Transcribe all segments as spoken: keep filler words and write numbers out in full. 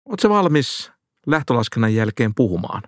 Oletko valmis lähtölaskennan jälkeen puhumaan?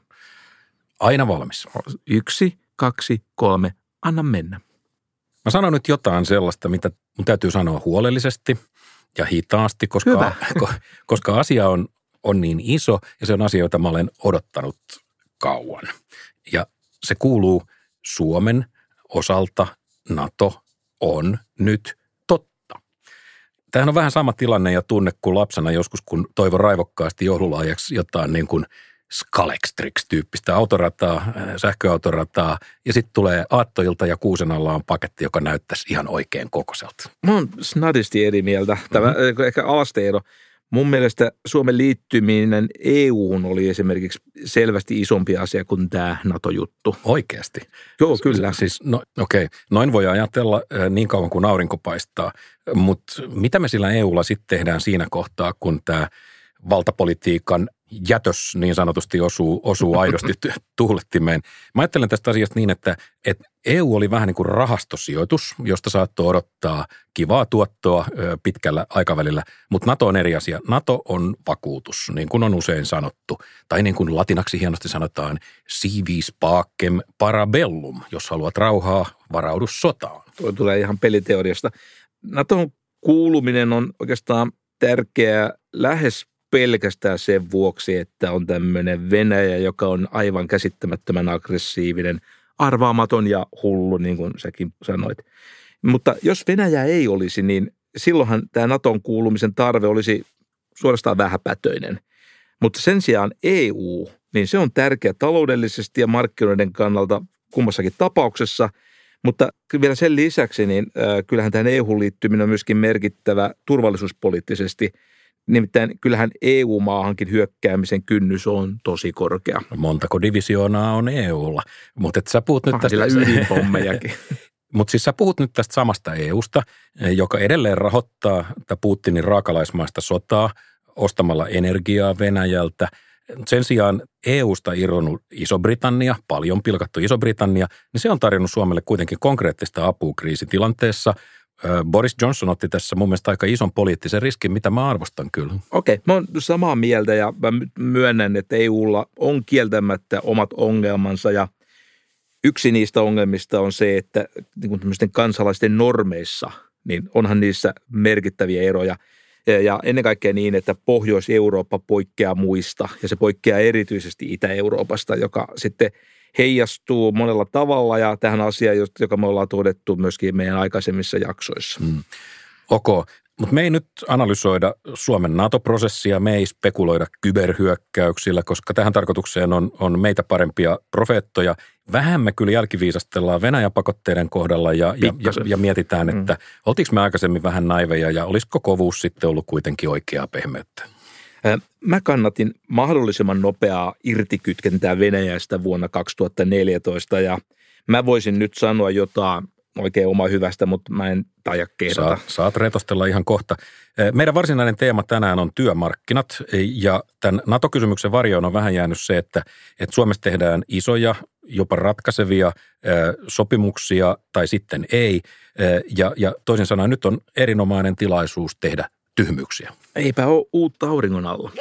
Aina valmis. Yksi, kaksi, kolme, anna mennä. Mä sanon nyt jotain sellaista, mitä mun täytyy sanoa huolellisesti ja hitaasti, koska, koska asia on, on niin iso ja se on asia, jota mä olen odottanut kauan. Ja se kuuluu Suomen osalta NATO on nyt totta. Tämähän on vähän sama tilanne ja tunne kuin lapsena joskus, kun toivon raivokkaasti joululahjaksi jotain niin kuin Scalextrix-tyyppistä autorataa, sähköautorataa, ja sitten tulee aattoilta ja kuusen alla on paketti, joka näyttäisi ihan oikein kokoiselta. Mä oon snadisti eri mieltä. Tämä mm-hmm. ehkä alasteero. Mun mielestä Suomen liittyminen E U:hun oli esimerkiksi selvästi isompi asia kuin tämä NATO-juttu. Oikeasti? Joo, kyllä. Siis, no, okei, okay. Noin voi ajatella niin kauan kuin aurinko paistaa, mutta mitä me sillä E U:lla sitten tehdään siinä kohtaa, kun tämä valtapolitiikan jätös niin sanotusti osuu, osuu aidosti tuulettimeen. Mä ajattelen tästä asiasta niin, että, että E U oli vähän niin kuin rahastosijoitus, josta saattoi odottaa kivaa tuottoa pitkällä aikavälillä, mutta NATO on eri asia. NATO on vakuutus, niin kuin on usein sanottu, tai niin kuin latinaksi hienosti sanotaan, si vis pacem parabellum, jos haluat rauhaa, varaudu sotaan. Tuo tulee ihan peliteoriasta. NATOn kuuluminen on oikeastaan tärkeää lähes pelkästään sen vuoksi, että on tämmöinen Venäjä, joka on aivan käsittämättömän aggressiivinen, arvaamaton ja hullu, niin kuin säkin sanoit. Mutta jos Venäjä ei olisi, niin silloinhan tämä NATOn kuulumisen tarve olisi suorastaan vähäpätöinen. Mutta sen sijaan E U, niin se on tärkeä taloudellisesti ja markkinoiden kannalta kummassakin tapauksessa. Mutta vielä sen lisäksi, niin äh, kyllähän tähän E U-liittyminen on myöskin merkittävä turvallisuuspoliittisesti. Nimittäin kyllähän E U-maahankin hyökkäämisen kynnys on tosi korkea. Montako divisioonaa on E U:lla? Mutta sä puhut nyt tästä ydinpommejakin. Mutta siis sä puhut nyt tästä samasta E U:sta, joka edelleen rahoittaa tätä Putinin raakalaismaista sotaa ostamalla energiaa Venäjältä. Sen sijaan E U:sta irronnut Iso-Britannia, paljon pilkattu Iso-Britannia, niin se on tarjonnut Suomelle kuitenkin konkreettista apua kriisitilanteessa. Boris Johnson otti tässä mun mielestä aika ison poliittisen riskin, mitä mä arvostan kyllä. Okei, mä oon samaa mieltä ja mä myönnän, että E U:lla on kieltämättä omat ongelmansa ja yksi niistä ongelmista on se, että niin kuin tämmöisten kansalaisten normeissa, niin onhan niissä merkittäviä eroja. Ja ennen kaikkea niin, että Pohjois-Eurooppa poikkeaa muista ja se poikkeaa erityisesti Itä-Euroopasta, joka sitten heijastuu monella tavalla ja tähän asiaan, joka me ollaan todettu myöskin meidän aikaisemmissa jaksoissa. Mm. Ok, mutta me ei nyt analysoida Suomen NATO-prosessia, me ei spekuloida kyberhyökkäyksillä, koska tähän tarkoitukseen on, on meitä parempia profeettoja. Vähän me kyllä jälkiviisastellaan Venäjä-pakotteiden kohdalla ja, ja, ja, ja mietitään, että mm. oltiinko me aikaisemmin vähän naiveja ja olisiko kovuus sitten ollut kuitenkin oikeaa pehmeyttä. Mä kannatin mahdollisimman nopeaa irtikytkentää Venäjästä vuonna kaksituhattaneljätoista ja mä voisin nyt sanoa jotain oikein oma hyvästä, mutta mä en taida kehdata. Saat, saat retostella ihan kohta. Meidän varsinainen teema tänään on työmarkkinat ja tämän NATO-kysymyksen varjoon on vähän jäänyt se, että, että Suomessa tehdään isoja, jopa ratkaisevia sopimuksia tai sitten ei ja, ja toisin sanoen nyt on erinomainen tilaisuus tehdä tyhmyyksiä. Eipä ole uutta auringon alla.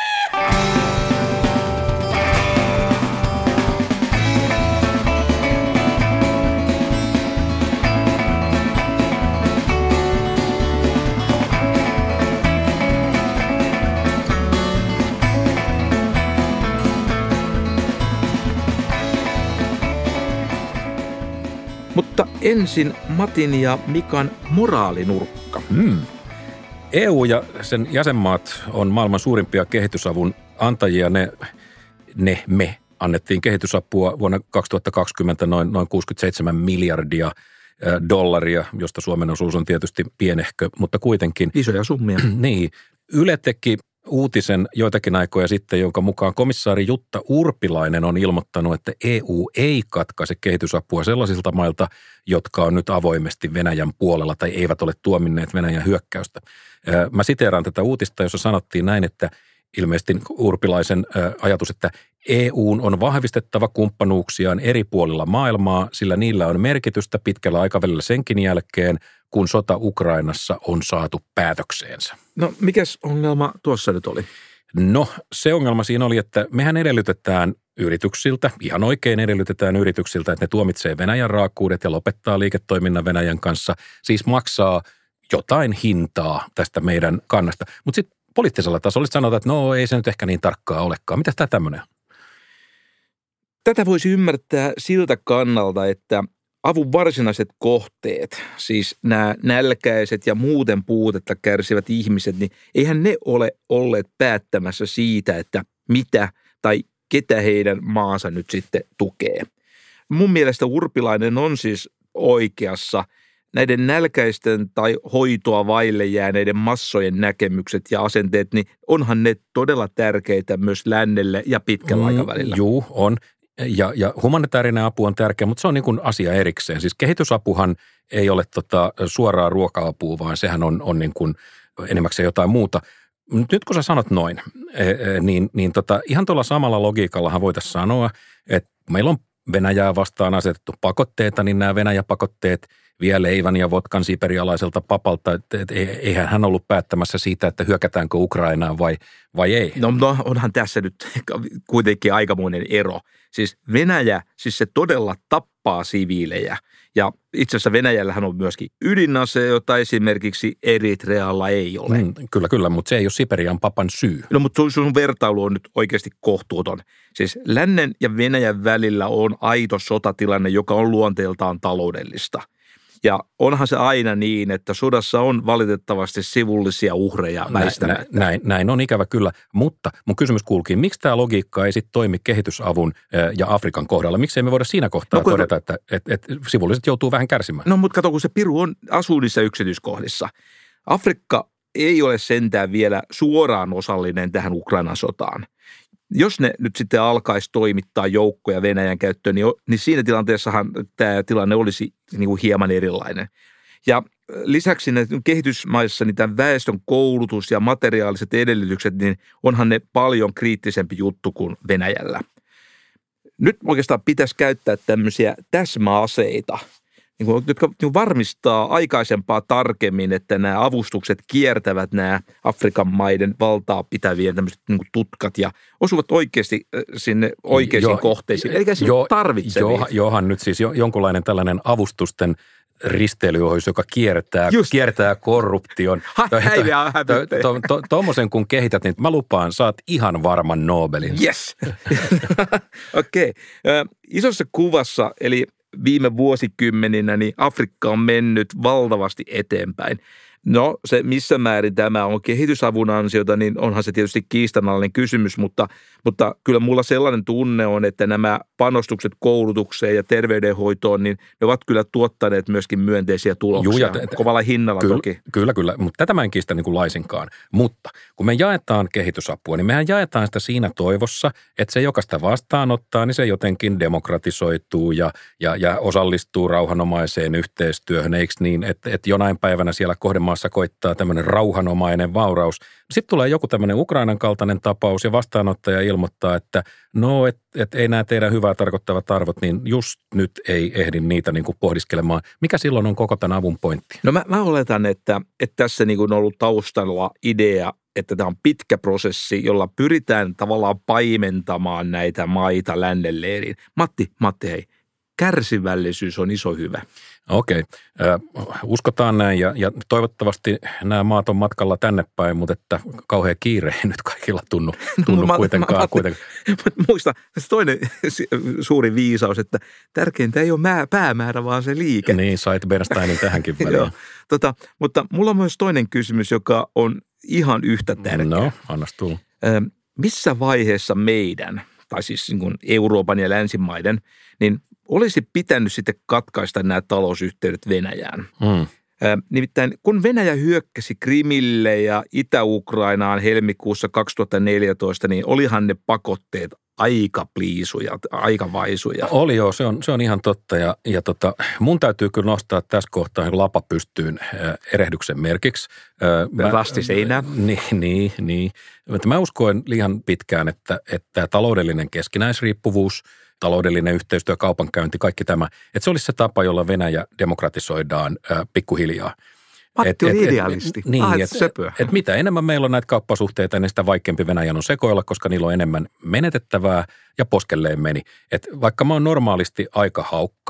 Mutta ensin Matin ja Mikan moraalinurkka. Hmm. E U ja sen jäsenmaat on maailman suurimpia kehitysavun antajia. Ne, ne me annettiin kehitysapua vuonna kaksituhattakaksikymmentä noin, noin kuusikymmentäseitsemän miljardia dollaria, josta Suomen osuus on tietysti pienehkö, mutta kuitenkin. Isoja summia. Niin. Yle teki uutisen joitakin aikoja sitten, jonka mukaan komissaari Jutta Urpilainen on ilmoittanut, että E U ei katkaise kehitysapua sellaisilta mailta, jotka on nyt avoimesti Venäjän puolella tai eivät ole tuominneet Venäjän hyökkäystä. Mä siteeraan tätä uutista, jossa sanottiin näin, että ilmeisesti Urpilaisen ajatus, että E U:n on vahvistettava kumppanuuksiaan eri puolilla maailmaa, sillä niillä on merkitystä pitkällä aikavälillä senkin jälkeen, kun sota Ukrainassa on saatu päätökseensä. No mikäs ongelma tuossa nyt oli? No se ongelma siinä oli, että mehän edellytetään yrityksiltä, ihan oikein edellytetään yrityksiltä, että ne tuomitsee Venäjän raakuudet ja lopettaa liiketoiminnan Venäjän kanssa, siis maksaa jotain hintaa tästä meidän kannasta. Mutta sitten poliittisella tasolla sanotaan, että no ei se nyt ehkä niin tarkkaa olekaan. Mitäs tämä tämmöinen? Tätä voisi ymmärtää siltä kannalta, että avun varsinaiset kohteet, siis nämä nälkäiset ja muuten puutetta kärsivät ihmiset, niin eihän ne ole olleet päättämässä siitä, että mitä tai ketä heidän maansa nyt sitten tukee. Mun mielestä Urpilainen on siis oikeassa. Näiden nälkäisten tai hoitoa vaille jääneiden massojen näkemykset ja asenteet, niin onhan ne todella tärkeitä myös lännelle ja pitkällä mm, aikavälillä. Juu, on. Ja, ja humanitaarinen apu on tärkeä, mutta se on niin kuin asia erikseen. Siis kehitysapuhan ei ole tota suoraa ruoka-apua, vaan sehän on, on niin kuin enemmäkseen jotain muuta. Nyt kun sä sanot noin, niin, niin tota, ihan tuolla samalla logiikallahan voitaisiin sanoa, että meillä on Venäjää vastaan asetettu pakotteita, niin nämä Venäjä-pakotteet vie leivän ja votkan siperialaiselta papalta, että et, eihän hän ollut päättämässä siitä, että hyökätäänkö Ukrainaan vai, vai ei. No, no onhan tässä nyt kuitenkin aikamoinen ero. Siis Venäjä, siis se todella tappaa siviilejä. Ja itse asiassa Venäjällähän on myöskin ydinase, jota esimerkiksi Eritrealla ei ole. Mm, kyllä, kyllä, mutta se ei ole Siperian papan syy. No, mutta sun vertailu on nyt oikeasti kohtuuton. Siis lännen ja Venäjän välillä on aito sotatilanne, joka on luonteeltaan taloudellista. Ja onhan se aina niin, että sodassa on valitettavasti sivullisia uhreja väistämättä. Näin, näin, näin on ikävä kyllä, mutta mun kysymys kuuluukin, miksi tämä logiikka ei sitten toimi kehitysavun ja Afrikan kohdalla? Miksi emme voida siinä kohtaa no, kun... todeta, että, että, että sivulliset joutuu vähän kärsimään? No mutta kato, kun se piru on asuu niissä yksityiskohdissa. Afrikka ei ole sentään vielä suoraan osallinen tähän Ukrainan sotaan. Jos ne nyt sitten alkaisi toimittaa joukkoja Venäjän käyttöön, niin, niin siinä tilanteessahan tämä tilanne olisi niin kuin hieman erilainen. Ja lisäksi kehitysmaissa niin tämän väestön koulutus ja materiaaliset edellytykset, niin onhan ne paljon kriittisempi juttu kuin Venäjällä. Nyt oikeastaan pitäisi käyttää tämmöisiä täsmäaseita, jotka varmistaa aikaisempaa tarkemmin, että nämä avustukset kiertävät nämä Afrikan maiden valtaa pitävien tämmöiset niin kuin tutkat ja osuvat oikeasti sinne oikeisiin jo, kohteisiin. Eli se jo, tarvitsee. Jo, johan nyt siis jonkunlainen tällainen avustusten risteilyohjus, joka kiertää, kiertää korruption. Tuommoisen kun kehität, niin mä lupaan, saat ihan varman Nobelin. Yes. Okei. Okay. Isossa kuvassa, eli viime vuosikymmeninä, niin Afrikka on mennyt valtavasti eteenpäin. No se missä määrin tämä on kehitysavun ansiota, niin onhan se tietysti kiistanalainen kysymys, mutta, mutta kyllä mulla sellainen tunne on, että nämä panostukset koulutukseen ja terveydenhoitoon, niin ne ovat kyllä tuottaneet myöskin myönteisiä tuloksia. Juu, t- kovalla hinnalla kyllä, toki. Kyllä, kyllä, mutta tätä mä en kiistä niin kuin laisinkaan. Mutta kun me jaetaan kehitysapua, niin mehän jaetaan sitä siinä toivossa, että se joka sitä vastaanottaa, niin se jotenkin demokratisoituu ja, ja, ja osallistuu rauhanomaiseen yhteistyöhön, eikö niin, että, että jonain päivänä siellä kohdemaassa koittaa tämmöinen rauhanomainen vauraus. Sitten tulee joku tämmöinen Ukrainan kaltainen tapaus ja vastaanottaja ilmoittaa, että no, että et ei nämä teidän hyvää tarkoittavat arvot, niin just nyt ei ehdi niitä niin kuin pohdiskelemaan. Mikä silloin on koko tämän avun pointti? No mä, mä oletan, että, että tässä niin kuin on ollut taustalla idea, että tämä on pitkä prosessi, jolla pyritään tavallaan paimentamaan näitä maita lännen leiriin. Matti, Matti hei. Kärsivällisyys on iso hyvä. Okei. Äh, uskotaan näin ja, ja toivottavasti nämä maat on matkalla tänne päin, mutta että kauhean kiire ei nyt kaikilla tunnu, tunnu no, kuitenkaan. Mä, kuitenkaan. Muista se toinen suuri viisaus, että tärkeintä ei ole mää, päämäärä, vaan se liike. Niin, sait Bernsteinin tähänkin väliin. Joo, tota, mutta mulla on myös toinen kysymys, joka on ihan yhtä tärkeä. No, annas tulla. Äh, missä vaiheessa meidän, tai siis niin kuin Euroopan ja länsimaiden, niin olisi pitänyt sitten katkaista nämä talousyhteydet Venäjään. Mm. Nimittäin kun Venäjä hyökkäsi Krimille ja Itä-Ukrainaan helmikuussa kaksituhattaneljätoista, niin olihan ne pakotteet aika pliisuja, aika vaisuja. Oli joo, se on, se on ihan totta ja, ja tota, mun täytyy kyllä nostaa tässä kohtaa lapa pystyyn erehdyksen merkiksi. Rasti seinään. Niin, niin, niin. Mä uskoin liian pitkään, että, että taloudellinen keskinäisriippuvuus, taloudellinen yhteistyö, kaupankäynti, kaikki tämä, että se olisi se tapa, jolla Venäjä demokratisoidaan äh, pikkuhiljaa. Matti on idealisti. Et, niin, ah, että et mitä enemmän meillä on näitä kauppasuhteita, niin sitä vaikeampi Venäjän on sekoilla, koska niillä on enemmän menetettävää ja poskelleen meni. Et vaikka mä oon normaalisti aika haukka,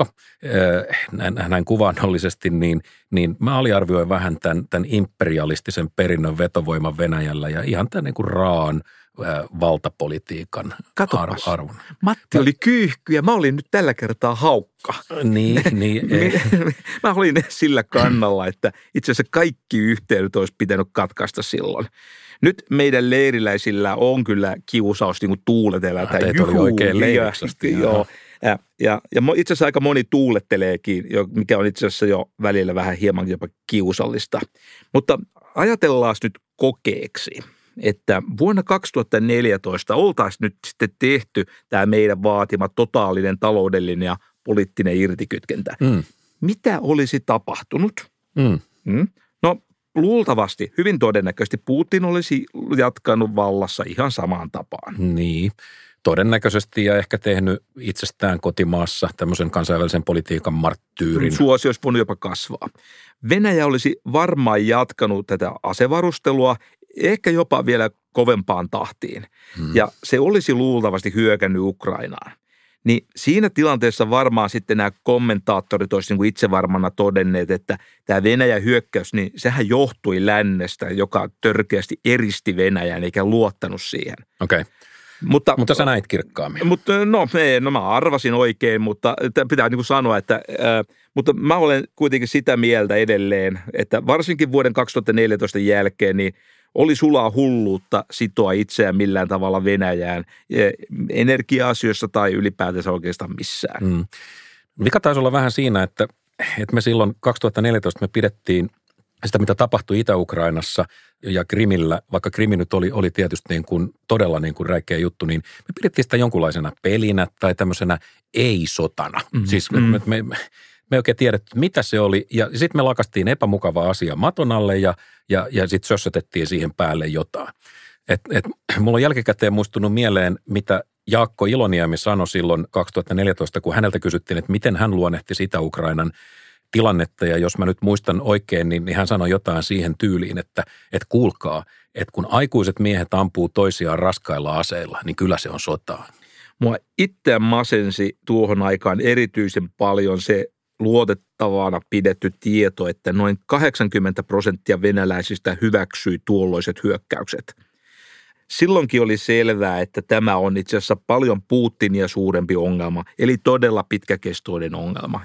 näin, näin kuvaannollisesti, niin, niin mä aliarvioin vähän tämän, tämän imperialistisen perinnön vetovoiman Venäjällä ja ihan tämän niin kuin raan valtapolitiikan Katopas. arvon. Matti oli kyyhky ja mä olin nyt tällä kertaa haukka. Niin, niin. Ei. Mä olin sillä kannalla, että itse asiassa kaikki yhteydet olisi pitänyt katkaista silloin. Nyt meidän leiriläisillä on kyllä kiusaus niin kuin tuuletella. Ah, teitä oli oikein leiriksasti. Joo. Ja, ja, ja itse asiassa aika moni tuuletteleekin, mikä on itse asiassa jo välillä vähän hieman jopa kiusallista. Mutta ajatellaan nyt kokeeksi, että vuonna kaksituhattaneljätoista oltaisiin nyt sitten tehty tämä meidän vaatima totaalinen taloudellinen ja poliittinen irtikytkentä. Mm. Mitä olisi tapahtunut? Mm. Mm. No luultavasti, hyvin todennäköisesti Putin olisi jatkanut vallassa ihan samaan tapaan. Niin, todennäköisesti ja ehkä tehnyt itsestään kotimaassa tämmöisen kansainvälisen politiikan marttyyrin. Suosio olisi voinut jopa kasvaa. Venäjä olisi varmaan jatkanut tätä asevarustelua, ehkä jopa vielä kovempaan tahtiin. Hmm. Ja se olisi luultavasti hyökännyt Ukrainaan. Niin siinä tilanteessa varmaan sitten nämä kommentaattorit olisivat niin kuin itse varmana todenneet, että tämä Venäjän hyökkäys, niin sehän johtui lännestä, joka törkeästi eristi Venäjän eikä luottanut siihen. Okei. Okay. Mutta, mutta sä näit kirkkaammin. Mutta no, no mä arvasin oikein, mutta pitää niin kuin sanoa, että äh, mutta mä olen kuitenkin sitä mieltä edelleen, että varsinkin vuoden kaksituhattaneljätoista jälkeen niin oli sulaa hulluutta sitoa itseään millään tavalla Venäjään energia-asioissa tai ylipäätänsä oikeastaan missään. Mm. Vika taisi olla vähän siinä, että, että me silloin kaksituhattaneljätoista me pidettiin sitä, mitä tapahtui Itä-Ukrainassa ja Krimillä, vaikka Krimi nyt oli, oli tietysti niin kuin todella niin kuin räikeä juttu, niin me pidettiin sitä jonkunlaisena pelinä tai tämmöisenä ei-sotana. Mm. Siis me, me, me, me ei oikein tiedetty, mitä se oli, ja sitten me lakastiin epämukava asia maton alle ja, ja, ja sitten sössötettiin siihen päälle jotain. Et, et, mulla on jälkikäteen muistunut mieleen, mitä Jaakko Iloniemi sanoi silloin kaksituhattaneljätoista, kun häneltä kysyttiin, että miten hän luonnehti Itä-Ukrainan tilannetta, ja jos mä nyt muistan oikein, niin, niin hän sanoi jotain siihen tyyliin, että, että kuulkaa, että kun aikuiset miehet ampuu toisiaan raskailla aseilla, niin kyllä se on sotaa. Mua itseään masensi tuohon aikaan erityisen paljon se luotettavana pidetty tieto, että noin kahdeksankymmentä prosenttia venäläisistä hyväksyi tuolloiset hyökkäykset. Silloinkin oli selvää, että tämä on itse asiassa paljon Putinia suurempi ongelma, eli todella pitkäkestoinen ongelma.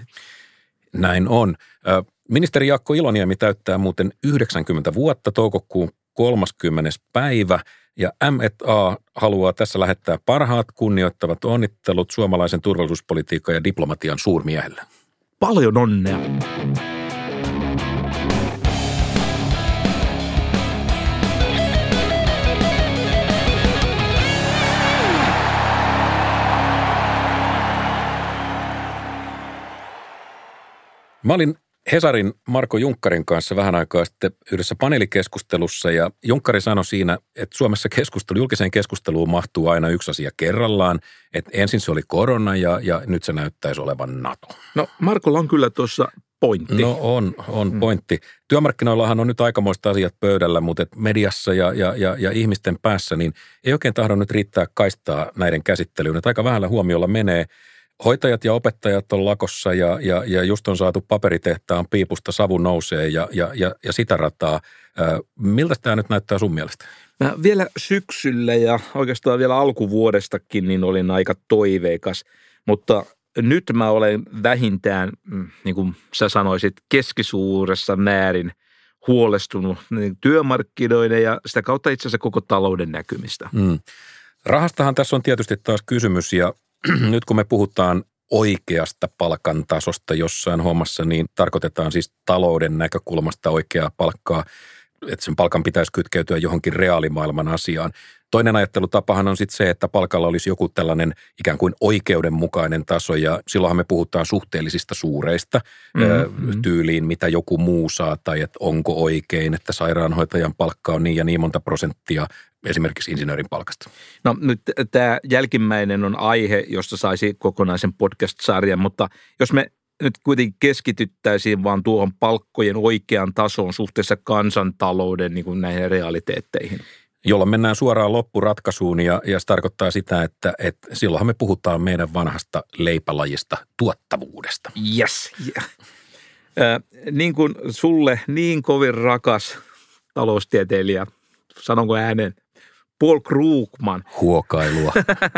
Näin on. Ministeri Jaakko Iloniemi täyttää muuten yhdeksänkymmentä vuotta toukokuun kolmaskymmenes päivä, ja M and A haluaa tässä lähettää parhaat kunnioittavat onnittelut suomalaisen turvallisuuspolitiikan ja diplomatian suurmiehelle. Paljon onnea! Mä olin Hesarin Marko Junkkarin kanssa vähän aikaa sitten yhdessä paneelikeskustelussa, ja Junkkari sanoi siinä, että Suomessa keskustelu, julkiseen keskusteluun mahtuu aina yksi asia kerrallaan, että ensin se oli korona ja, ja nyt se näyttäisi olevan NATO. No Markolla on kyllä tuossa pointti. No on, on pointti. Työmarkkinoillahan on nyt aikamoista asiat pöydällä, mutta mediassa ja, ja, ja, ja ihmisten päässä niin ei oikein tahdo nyt riittää kaistaa näiden käsittelyyn, että aika vähällä huomiolla menee. Hoitajat ja opettajat on lakossa ja, ja, ja just on saatu paperitehtaan piipusta savu nousee ja, ja, ja, ja sitä rataa. Ää, miltä tämä nyt näyttää sun mielestä? Mä vielä syksyllä ja oikeastaan vielä alkuvuodestakin niin olin aika toiveikas, mutta nyt mä olen vähintään, niin kuin sä sanoisit, keskisuuressa määrin huolestunut niin työmarkkinoiden ja sitä kautta itse asiassa koko talouden näkymistä. Mm. Rahastahan tässä on tietysti taas kysymys ja nyt kun me puhutaan oikeasta palkantasosta jossain hommassa, niin tarkoitetaan siis talouden näkökulmasta oikeaa palkkaa, että sen palkan pitäisi kytkeytyä johonkin reaalimaailman asiaan. Toinen ajattelutapahan on sitten se, että palkalla olisi joku tällainen ikään kuin oikeudenmukainen taso ja silloinhan me puhutaan suhteellisista suureista mm-hmm. tyyliin, mitä joku muu saa tai että onko oikein, että sairaanhoitajan palkka on niin ja niin monta prosenttia esimerkiksi insinöörin palkasta. No nyt tämä jälkimmäinen on aihe, josta saisi kokonaisen podcast-sarjan, mutta jos me nyt kuitenkin keskityttäisiin vaan tuohon palkkojen oikean tasoon suhteessa kansantalouden niin kuin näihin realiteetteihin. Jolla mennään suoraan loppuratkaisuun ja, ja se tarkoittaa sitä, että, että silloinhan me puhutaan meidän vanhasta leipälajista tuottavuudesta. Yes. Yeah. Äh, niin kuin sulle niin kovin rakas taloustieteilijä, sanonko äänen, Paul Krugman. Huokailua.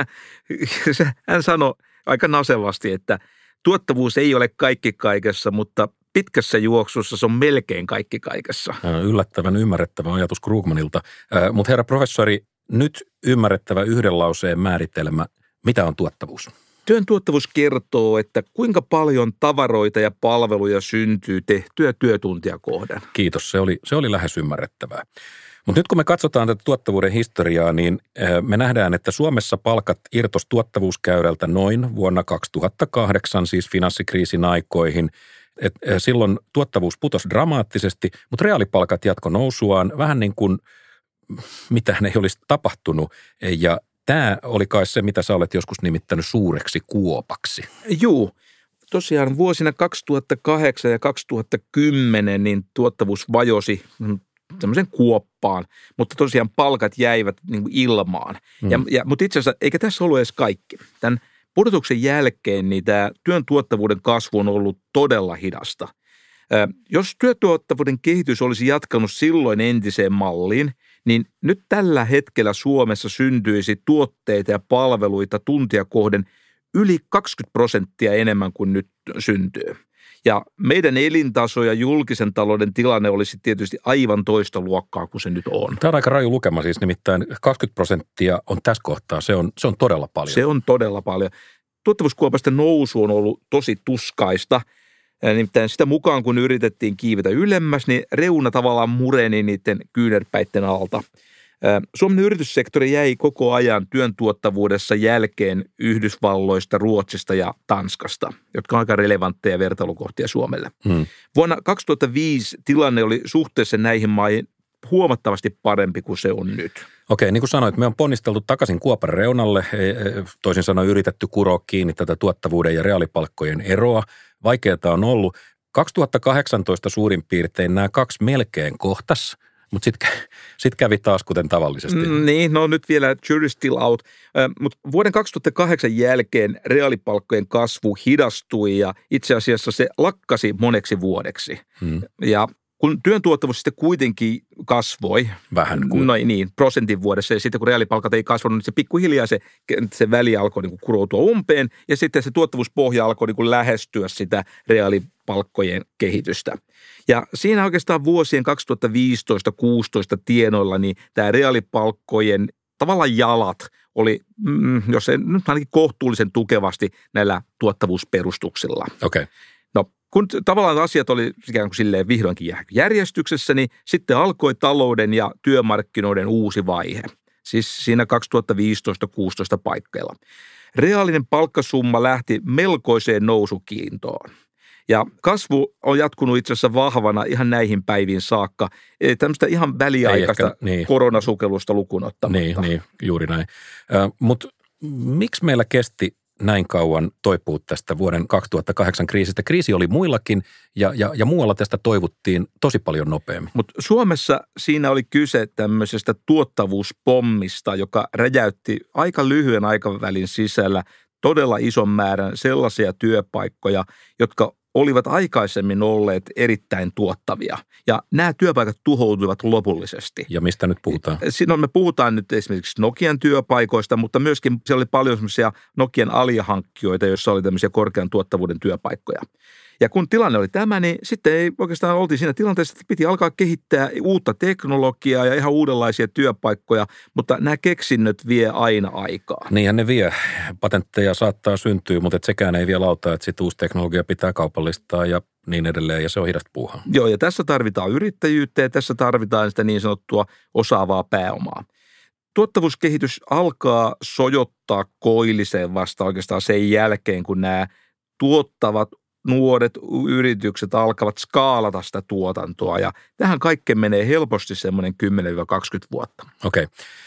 Hän sanoi aika nasevasti, että tuottavuus ei ole kaikki kaikessa, mutta pitkässä juoksussa se on melkein kaikki kaikessa. Yllättävän ymmärrettävä ajatus Krugmanilta. Mutta herra professori, nyt ymmärrettävä yhden lauseen määritelmä. Mitä on tuottavuus? Työn tuottavuus kertoo, että kuinka paljon tavaroita ja palveluja syntyy tehtyä työtuntia kohden. Kiitos, se oli, se oli lähes ymmärrettävää. Mutta nyt kun me katsotaan tätä tuottavuuden historiaa, niin me nähdään, että Suomessa palkat irtos tuottavuuskäyrältä noin vuonna kaksituhattakahdeksan, siis finanssikriisin aikoihin. Et silloin tuottavuus putosi dramaattisesti, mutta reaalipalkat jatko nousuaan vähän niin kuin mitään ei olisi tapahtunut. Ja tämä oli kai se, mitä sä olet joskus nimittänyt suureksi kuopaksi. Juu. Tosiaan vuosina kaksituhattakahdeksan ja kaksituhattakymmenen niin tuottavuus vajosi semmoisen kuoppaan, mutta tosiaan palkat jäivät niin kuin ilmaan. Mm. Ja, ja, mutta itse asiassa, eikä tässä ollut edes kaikki. Tämän pudotuksen jälkeen niin tämä työn tuottavuuden kasvu on ollut todella hidasta. Ö, jos työtuottavuuden kehitys olisi jatkanut silloin entiseen malliin, niin nyt tällä hetkellä Suomessa syntyisi tuotteita ja palveluita tuntia kohden yli kaksikymmentä prosenttia enemmän kuin nyt syntyy. Ja meidän elintaso ja julkisen talouden tilanne olisi tietysti aivan toista luokkaa kuin se nyt on. Tämä on aika raju lukema siis, nimittäin kaksikymmentä prosenttia on tässä kohtaa, se on, se on todella paljon. Se on todella paljon. Tuottavuuskuopasta nousu on ollut tosi tuskaista. Nimittäin sitä mukaan, kun yritettiin kiivetä ylemmäs, niin reuna tavallaan mureni niiden kyynärpäitten alta. Suomen yrityssektori jäi koko ajan työn tuottavuudessa jälkeen Yhdysvalloista, Ruotsista ja Tanskasta, jotka on aika relevantteja vertailukohtia Suomelle. Hmm. Vuonna kaksituhattaviisi tilanne oli suhteessa näihin maihin huomattavasti parempi kuin se on nyt. Okei, niin kuin sanoit, me on ponnisteltu takaisin kuopan reunalle, toisin sanoen yritetty kuroa kiinni tätä tuottavuuden ja reaalipalkkojen eroa. Vaikeaa on ollut. kaksituhattakahdeksantoista suurin piirtein nämä kaksi melkein kohtas. Mutta sitten sit kävi taas kuten tavallisesti. Mm, niin, no nyt vielä jury still out. Äh, Mutta vuoden kaksituhattakahdeksan jälkeen reaalipalkkojen kasvu hidastui ja itse asiassa se lakkasi moneksi vuodeksi. Mm. Ja kun työn tuottavuus sitten kuitenkin kasvoi. Vähän kuin. No niin, prosentin vuodessa ja sitten kun reaalipalkat ei kasvanut, niin se pikkuhiljaa se, se väli alkoi niin kuin kuroutua umpeen ja sitten se tuottavuuspohja alkoi niin kuin lähestyä sitä reaalipalkkojen kehitystä. Ja siinä oikeastaan vuosien kaksituhattaviisitoista kuusitoista tienoilla niin tämä reaalipalkkojen tavallaan jalat oli, mm, jos ei nyt ainakin kohtuullisen tukevasti näillä tuottavuusperustuksilla. Okei. Okay. No kun tavallaan asiat oli ikään kuin silleen vihdoinkin järjestyksessä, niin sitten alkoi talouden ja työmarkkinoiden uusi vaihe. Siis siinä kaksituhattaviisitoista kuusitoista paikkeilla. Reaalinen palkkasumma lähti melkoiseen nousukiintoon. Ja kasvu on jatkunut itse asiassa vahvana ihan näihin päiviin saakka. Eli tämmöistä ihan väliaikaista ehkä, niin. koronasukellusta lukuun ottamatta. Niin, niin juuri näin. Äh, Mutta miksi meillä kesti näin kauan toipua tästä vuoden kaksituhattakahdeksan kriisistä? Kriisi oli muillakin ja, ja, ja muualla tästä toivuttiin tosi paljon nopeammin. Mutta Suomessa siinä oli kyse tämmöisestä tuottavuuspommista, joka räjäytti aika lyhyen aikavälin sisällä todella ison määrän sellaisia työpaikkoja, jotka olivat aikaisemmin olleet erittäin tuottavia. Ja nämä työpaikat tuhoutuivat lopullisesti. Ja mistä nyt puhutaan? Siinä me puhutaan nyt esimerkiksi Nokian työpaikoista, mutta myöskin siellä oli paljon semmoisia Nokian alihankkijoita, joissa oli tämmöisiä korkean tuottavuuden työpaikkoja. Ja kun tilanne oli tämä, niin sitten ei oikeastaan oltiin siinä tilanteessa, että piti alkaa kehittää uutta teknologiaa ja ihan uudenlaisia työpaikkoja, mutta nämä keksinnöt vie aina aikaa. Niinhän ne vie. Patentteja saattaa syntyä, mutta et sekään ei vielä auta, että sitten uusi teknologia pitää kaupallistaa ja niin edelleen, ja se on hidas puuhaa. Joo, ja tässä tarvitaan yrittäjyyttä ja tässä tarvitaan sitä niin sanottua osaavaa pääomaa. Tuottavuuskehitys alkaa sojottaa koilliseen vasta oikeastaan sen jälkeen, kun nämä tuottavat nuoret yritykset alkavat skaalata sitä tuotantoa ja tähän kaikkeen menee helposti semmoinen kymmenen kaksikymmentä vuotta. Okei.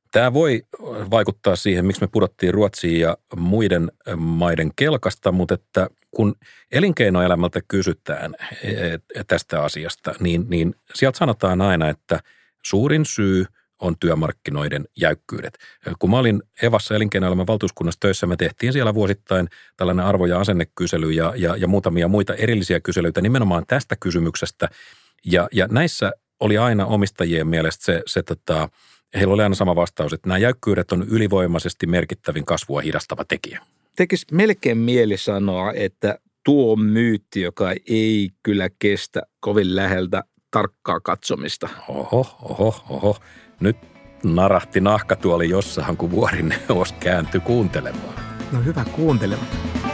Tämä voi vaikuttaa siihen, miksi me pudottiin Ruotsiin ja muiden maiden kelkasta, mutta että kun elinkeinoelämältä kysytään tästä asiasta, niin, niin sieltä sanotaan aina, että suurin syy on työmarkkinoiden jäykkyydet. Kun mä olin Evassa elinkeinoelämän valtuuskunnassa töissä, me tehtiin siellä vuosittain tällainen arvo- ja asennekysely ja, ja, ja muutamia muita erillisiä kyselyitä nimenomaan tästä kysymyksestä. Ja, ja näissä oli aina omistajien mielestä se, se tota, heillä oli aina sama vastaus, että nämä jäykkyydet on ylivoimaisesti merkittävin kasvua hidastava tekijä. Tekisi melkein mieli sanoa, että tuo on myytti, joka ei kyllä kestä kovin läheltä tarkkaa katsomista. Oho, oho, oho. Nyt narahti nahkatuoli jossain, kun vuorineuvos kääntyi kuuntelemaan. No hyvä kuuntelemaan.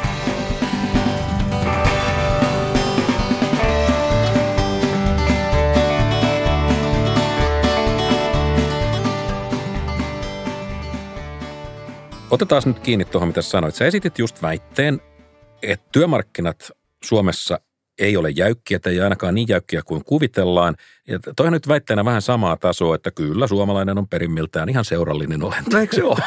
Otetaan nyt kiinni tuohon, mitä sanoit. Sä esitit just väitteen, että työmarkkinat Suomessa ei ole jäykkiä, tai ei ainakaan niin jäykkiä kuin kuvitellaan. Ja toihan nyt väitteenä vähän samaa tasoa, että kyllä suomalainen on perimmiltään ihan seurallinen olento. No eikö se ole?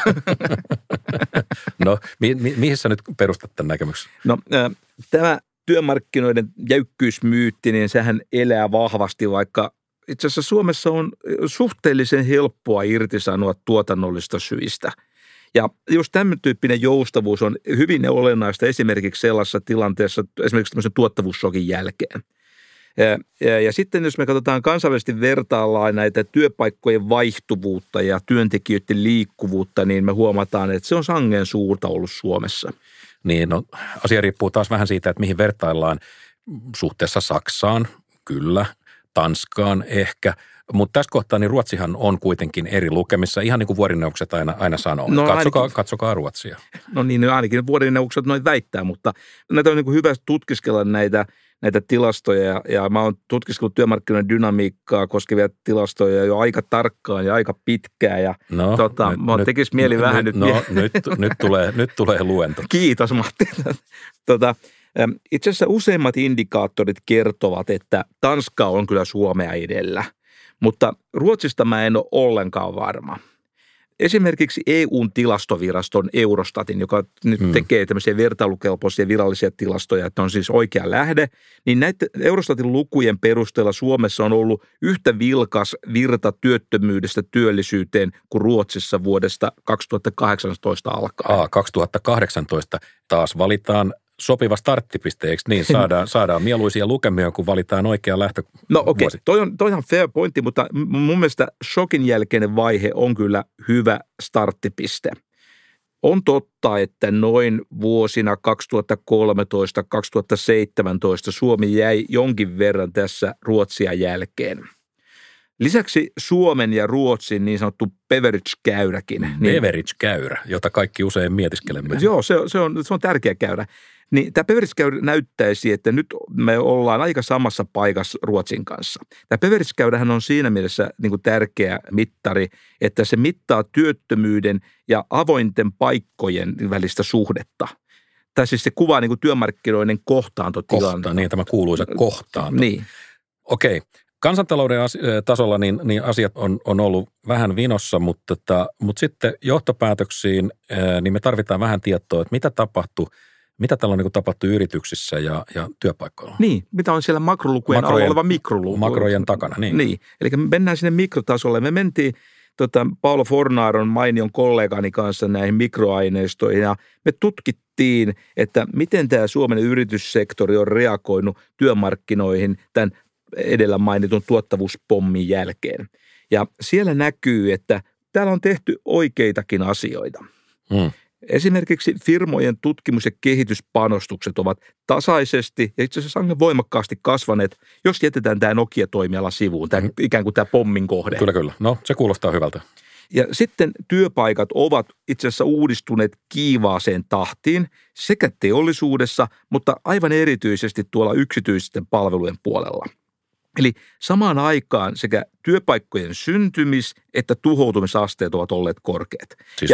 No, mi- mi- mihin sä nyt perustat tämän näkemyksen? No äh, tämä työmarkkinoiden jäykkyysmyytti, niin sehän elää vahvasti, vaikka itse asiassa Suomessa on suhteellisen helppoa irtisanoa tuotannollista syistä. Ja just tämän tyyppinen joustavuus on hyvin olennaista esimerkiksi sellaisessa tilanteessa, esimerkiksi tämmöisen tuottavuusshokin jälkeen. Ja, ja, ja sitten jos me katsotaan kansainvälisesti vertaillaan näitä työpaikkojen vaihtuvuutta ja työntekijöiden liikkuvuutta, niin me huomataan, että se on sangen suurta ollut Suomessa. Niin, no asia riippuu taas vähän siitä, että mihin vertaillaan suhteessa Saksaan, kyllä, Tanskaan ehkä. Mutta tässä kohtaa niin Ruotsihan on kuitenkin eri lukemissa, ihan niin kuin vuorineuvokset aina, aina sanoo. No, katsokaa, ainakin, katsokaa Ruotsia. No niin, ainakin vuorineuvokset noin väittää, mutta näitä on niin kuin hyvä tutkiskella näitä, näitä tilastoja. Ja, ja mä oon tutkiskellut työmarkkinoiden dynamiikkaa koskevia tilastoja jo aika tarkkaan ja aika pitkään. Ja no, tota, nyt, mä nyt, tekisi mieli nyt, vähän nyt. nyt. No, nyt, nyt, tulee, nyt tulee luento. Kiitos Matti. tota, itse asiassa useimmat indikaattorit kertovat, että Tanska on kyllä Suomea edellä. Mutta Ruotsista mä en ole ollenkaan varma. Esimerkiksi E U:n tilastoviraston Eurostatin, joka nyt hmm. tekee tämmöisiä vertailukelpoisia virallisia tilastoja, että on siis oikea lähde, niin näiden Eurostatin lukujen perusteella Suomessa on ollut yhtä vilkas virta työttömyydestä työllisyyteen kuin Ruotsissa vuodesta kaksituhattakahdeksantoista alkaen. Aa, kaksituhattakahdeksantoista taas valitaan sopiva starttipiste, eikö niin? Saadaan, saadaan mieluisia lukemia, kun valitaan oikea lähtövuosi. No okei, okay. toi on, toi on fair pointti, mutta mun mielestä shokin jälkeinen vaihe on kyllä hyvä starttipiste. On totta, että noin vuosina kaksituhattakolmetoista kaksituhattaseitsemäntoista Suomi jäi jonkin verran tässä Ruotsia jälkeen. Lisäksi Suomen ja Ruotsin niin sanottu Beveridge-käyräkin. Niin, Beveridge-käyrä, jota kaikki usein mietiskelemme. Joo, se, se, on, se on tärkeä käyrä. Niin tämä Beveridge-käyrä näyttäisi, että nyt me ollaan aika samassa paikassa Ruotsin kanssa. Tämä Beveridge-käyrähän on siinä mielessä niin kuin tärkeä mittari, että se mittaa työttömyyden ja avointen paikkojen välistä suhdetta. Tai siis se kuvaa niin kuin työmarkkinoiden kohtaantotilannetta. Kohta, niin tämä kuuluisa kohtaanto. Niin. Okei. Kansantalouden tasolla niin, niin asiat on, on ollut vähän vinossa, mutta, tota, mutta sitten johtopäätöksiin niin me tarvitaan vähän tietoa, että mitä tapahtui, mitä tällä on niin tapahtui yrityksissä ja, ja työpaikoilla. Niin, mitä on siellä makrolukujen alla oleva mikroluku. Makrojen takana, niin. Niin, eli me mennään sinne mikrotasolle. Me mentiin tota, Paolo Fornaron mainion kollegani kanssa näihin mikroaineistoihin ja me tutkittiin, että miten tämä Suomen yrityssektori on reagoinut työmarkkinoihin tämän edellä mainitun tuottavuuspommin jälkeen. Ja siellä näkyy, että täällä on tehty oikeitakin asioita. Hmm. Esimerkiksi firmojen tutkimus- ja kehityspanostukset ovat tasaisesti ja itse asiassa aika voimakkaasti kasvaneet, jos jätetään tämä Nokia-toimiala sivuun, tämä, hmm. ikään kuin tämä pommin kohde. Kyllä, kyllä. No, se kuulostaa hyvältä. Ja sitten työpaikat ovat itse asiassa uudistuneet kiivaaseen tahtiin sekä teollisuudessa, mutta aivan erityisesti tuolla yksityisten palvelujen puolella. Eli samaan aikaan sekä työpaikkojen syntymis- että tuhoutumisasteet ovat olleet korkeat. Siis ja,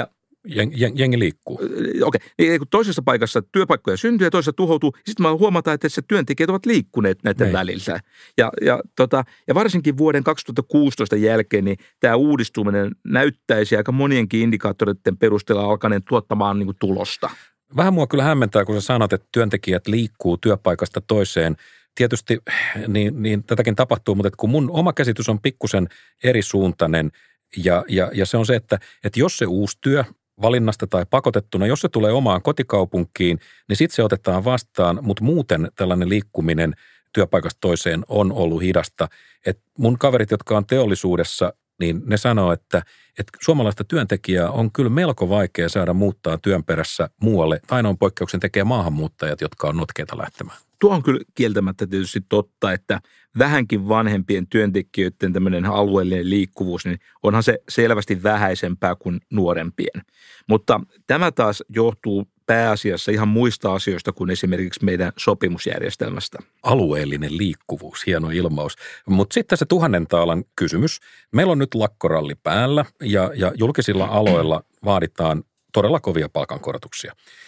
Jeng, jeng, jengi liikkuu. Okei, niin kun toisessa paikassa työpaikkoja syntyy ja toisessa tuhoutuu, sitten mä huomataan, että se työntekijät ovat liikkuneet näiden Nein. välillä. Ja, ja, tota, ja varsinkin vuoden kaksituhattakuusitoista jälkeen niin tämä uudistuminen näyttäisi aika monienkin indikaattoreiden perusteella alkaneen tuottamaan niin kuin tulosta. Vähän mua kyllä hämmentää, kun sä sanot, että työntekijät liikkuu työpaikasta toiseen. Tietysti niin, niin tätäkin tapahtuu, mutta kun mun oma käsitys on pikkusen erisuuntainen ja, ja, ja se on se, että, että jos se uusi työ valinnasta tai pakotettuna, jos se tulee omaan kotikaupunkiin, niin sitten se otetaan vastaan, mutta muuten tällainen liikkuminen työpaikasta toiseen on ollut hidasta. Et mun kaverit, jotka on teollisuudessa, niin ne sanoo, että, että suomalaista työntekijää on kyllä melko vaikea saada muuttaa työn perässä muualle. Ainoan poikkeuksen tekee maahanmuuttajat, jotka on notkeita lähtemään. Tuo on kyllä kieltämättä tietysti totta, että vähänkin vanhempien työntekijöiden tämmöinen alueellinen liikkuvuus, niin onhan se selvästi vähäisempää kuin nuorempien. Mutta tämä taas johtuu pääasiassa ihan muista asioista kuin esimerkiksi meidän sopimusjärjestelmästä. Alueellinen liikkuvuus, hieno ilmaus. Mutta sitten se tuhannen taalan kysymys. Meillä on nyt lakkoralli päällä ja, ja julkisilla aloilla vaaditaan todella kovia palkankorotuksia.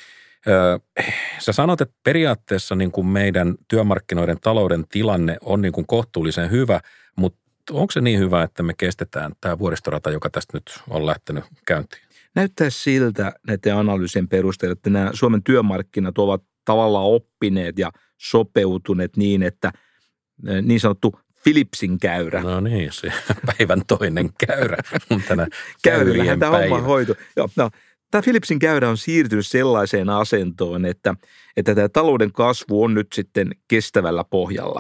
Öö, sä sanot, että periaatteessa niin kuin meidän työmarkkinoiden talouden tilanne on niin kuin kohtuullisen hyvä, mutta onko se niin hyvä, että me kestetään tämä vuoristorata, joka tästä nyt on lähtenyt käyntiin? Näyttää siltä näiden analyysien perusteella, että nämä Suomen työmarkkinat ovat tavallaan oppineet ja sopeutuneet niin, että niin sanottu Philipsin käyrä. No niin, se päivän toinen käyrä on tänä käyrien päivä. Homma hoitu. Joo, no. Tämä Philipsin käyrä on siirtynyt sellaiseen asentoon, että, että tämä talouden kasvu on nyt sitten kestävällä pohjalla.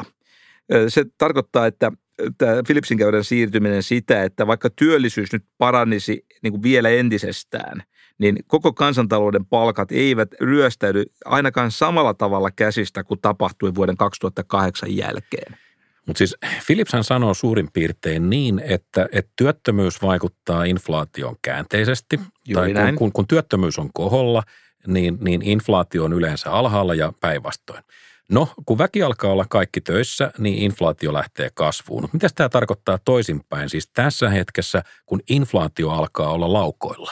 Se tarkoittaa, että tämä Philipsin käyrän siirtyminen sitä, että vaikka työllisyys nyt paranisi niin kuin vielä entisestään, niin koko kansantalouden palkat eivät ryöstäydy ainakaan samalla tavalla käsistä kuin tapahtui vuoden kaksituhattakahdeksan jälkeen. Mutta siis Philipshän sanoo suurin piirtein niin, että, että työttömyys vaikuttaa inflaatioon käänteisesti. Juuri tai kun, kun, kun työttömyys on koholla, niin, niin inflaatio on yleensä alhaalla ja päinvastoin. No, kun väki alkaa olla kaikki töissä, niin inflaatio lähtee kasvuun. Mitä tämä tarkoittaa toisinpäin? Siis tässä hetkessä, kun inflaatio alkaa olla laukoilla.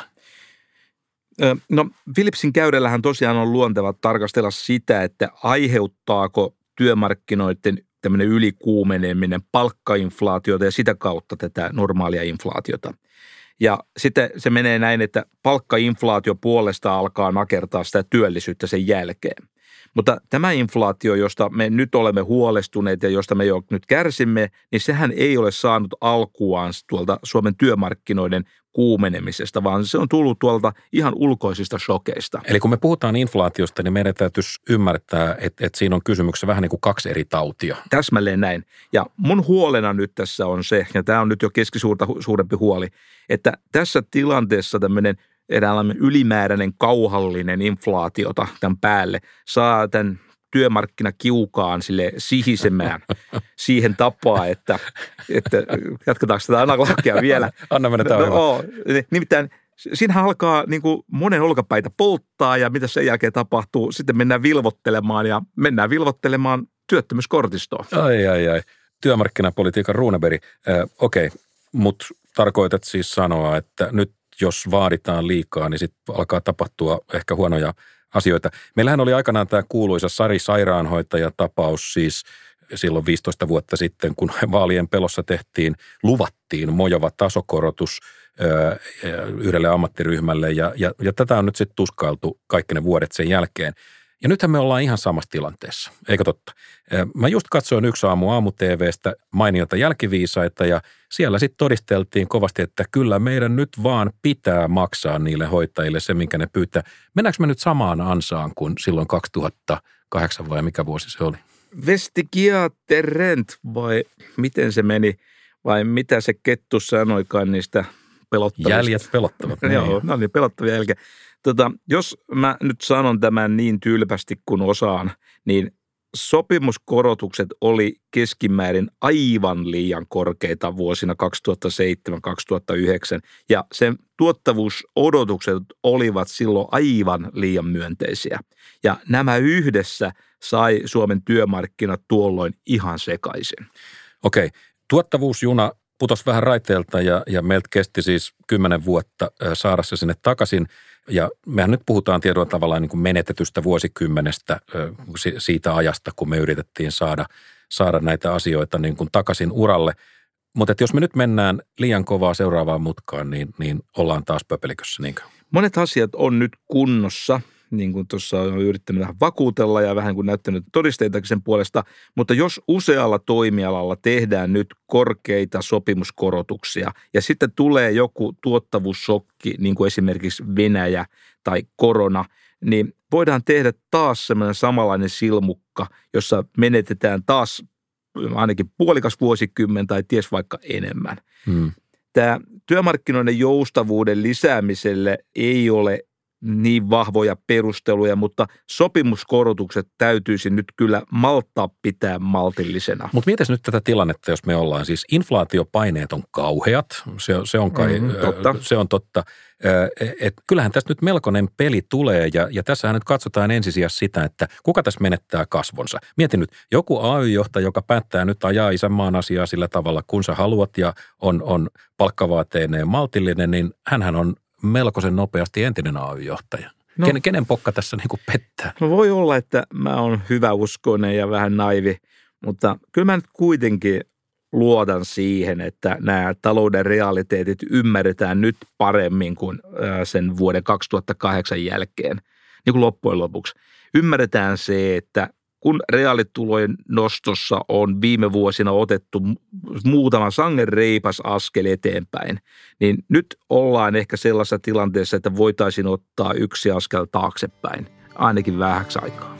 No, Philipsin käyrällähän tosiaan on luonteva tarkastella sitä, että aiheuttaako työmarkkinoiden tämmöinen ylikuumeneminen palkkainflaatiota ja sitä kautta tätä normaalia inflaatiota. Ja sitten se menee näin, että palkkainflaatio puolesta alkaa nakertaa sitä työllisyyttä sen jälkeen. Mutta tämä inflaatio, josta me nyt olemme huolestuneet ja josta me jo nyt kärsimme, niin sehän ei ole saanut alkuaan tuolta Suomen työmarkkinoiden kuumenemisesta, vaan se on tullut tuolta ihan ulkoisista shokeista. Eli kun me puhutaan inflaatiosta, niin meidän täytyisi ymmärtää, että, että siinä on kysymyksessä vähän niin kuin kaksi eri tautia. Täsmälleen näin. Ja mun huolena nyt tässä on se, ja tämä on nyt jo keskisuurta suurempi huoli, että tässä tilanteessa tämmöinen eräänlainen ylimääräinen kauhallinen inflaatiota tämän päälle saa tämän työmarkkinakiukaan sille sihisemään siihen tapaan, että, että jatketaanko tätä analogia vielä. Anna mennä tämä no, nimittäin siinähän alkaa niin kuin monen olkapäitä polttaa ja mitä sen jälkeen tapahtuu, sitten mennään vilvottelemaan ja mennään vilvottelemaan työttömyyskortistoon. Ai ai ai, työmarkkinapolitiikan Runeberg. Äh, okei, okay. Mutta tarkoitat siis sanoa, että nyt jos vaaditaan liikaa, niin sitten alkaa tapahtua ehkä huonoja asioita. Meillähän oli aikanaan tämä kuuluisa Sari Sairaanhoitaja-tapaus siis silloin viisitoista vuotta sitten, kun vaalien pelossa tehtiin, luvattiin mojova tasokorotus ö, yhdelle ammattiryhmälle ja, ja, ja tätä on nyt sitten tuskailtu kaikki ne vuodet sen jälkeen. Ja nythän me ollaan ihan samassa tilanteessa, eikö totta? Mä just katsoin yksi aamu aamu-T V:stä mainiota jälkiviisaita ja siellä sitten todisteltiin kovasti, että kyllä meidän nyt vaan pitää maksaa niille hoitajille se, minkä ne pyytää. Mennäänkö me nyt samaan ansaan kuin silloin kaksituhattakahdeksan vai mikä vuosi se oli? Vestigiaterent vai miten se meni vai mitä se kettu sanoikaan niistä pelottavista? Jäljet pelottavat. Joo, no niin, pelottavia jälkeen. Tota, jos mä nyt sanon tämän niin tylpästi kuin osaan, niin sopimuskorotukset oli keskimäärin aivan liian korkeita vuosina kaksituhattaseitsemän kaksituhattayhdeksän ja sen tuottavuusodotukset olivat silloin aivan liian myönteisiä. Ja nämä yhdessä sai Suomen työmarkkinat tuolloin ihan sekaisin. Okei, tuottavuusjuna putosi vähän raiteelta ja, ja meiltä kesti siis kymmenen vuotta saada se sinne takaisin. Ja mehän nyt puhutaan tietyllä tavalla niin kuin menetetystä vuosikymmenestä siitä ajasta, kun me yritettiin saada, saada näitä asioita niin kuin takaisin uralle. Mutta jos me nyt mennään liian kovaa seuraavaan mutkaan, niin, niin ollaan taas pöpelikössä. Niinkö? Monet asiat on nyt kunnossa, niin kuin tuossa on yrittänyt vähän vakuutella ja vähän kuin näyttänyt todisteitakin sen puolesta. Mutta jos usealla toimialalla tehdään nyt korkeita sopimuskorotuksia ja sitten tulee joku tuottavuussokki, niin kuin esimerkiksi Venäjä tai korona, niin voidaan tehdä taas semmoinen samanlainen silmukka, jossa menetetään taas ainakin puolikas vuosikymmen tai ties vaikka enemmän. Hmm. Tämä työmarkkinoiden joustavuuden lisäämiselle ei ole niin vahvoja perusteluja, mutta sopimuskorotukset täytyisi nyt kyllä malttaa pitää maltillisena. Mutta mitäs nyt tätä tilannetta, jos me ollaan? Siis inflaatiopaineet on kauheat, se, se on kai, mm-hmm, totta. Se on totta. Et kyllähän tässä nyt melkoinen peli tulee ja, ja tässähän nyt katsotaan ensisijassa sitä, että kuka tässä menettää kasvonsa. Mieti nyt, joku A Y-johtaja, joka päättää nyt ajaa isänmaan asiaa sillä tavalla, kun sä haluat ja on, on palkkavaateineen ja maltillinen, niin hänhän on melkoisen nopeasti entinen A Y-johtaja. No, Ken, kenen pokka tässä niin kuin pettää? No voi olla, että mä oon hyväuskoinen ja vähän naivi, mutta kyllä mä nyt kuitenkin luotan siihen, että nämä talouden realiteetit ymmärretään nyt paremmin kuin sen vuoden kaksituhattakahdeksan jälkeen. Niin kuin loppujen lopuksi. Ymmärretään se, että kun reaalitulojen nostossa on viime vuosina otettu muutama sangen reipas askel eteenpäin, niin nyt ollaan ehkä sellaisessa tilanteessa, että voitaisiin ottaa yksi askel taaksepäin, ainakin vähäksi aikaa.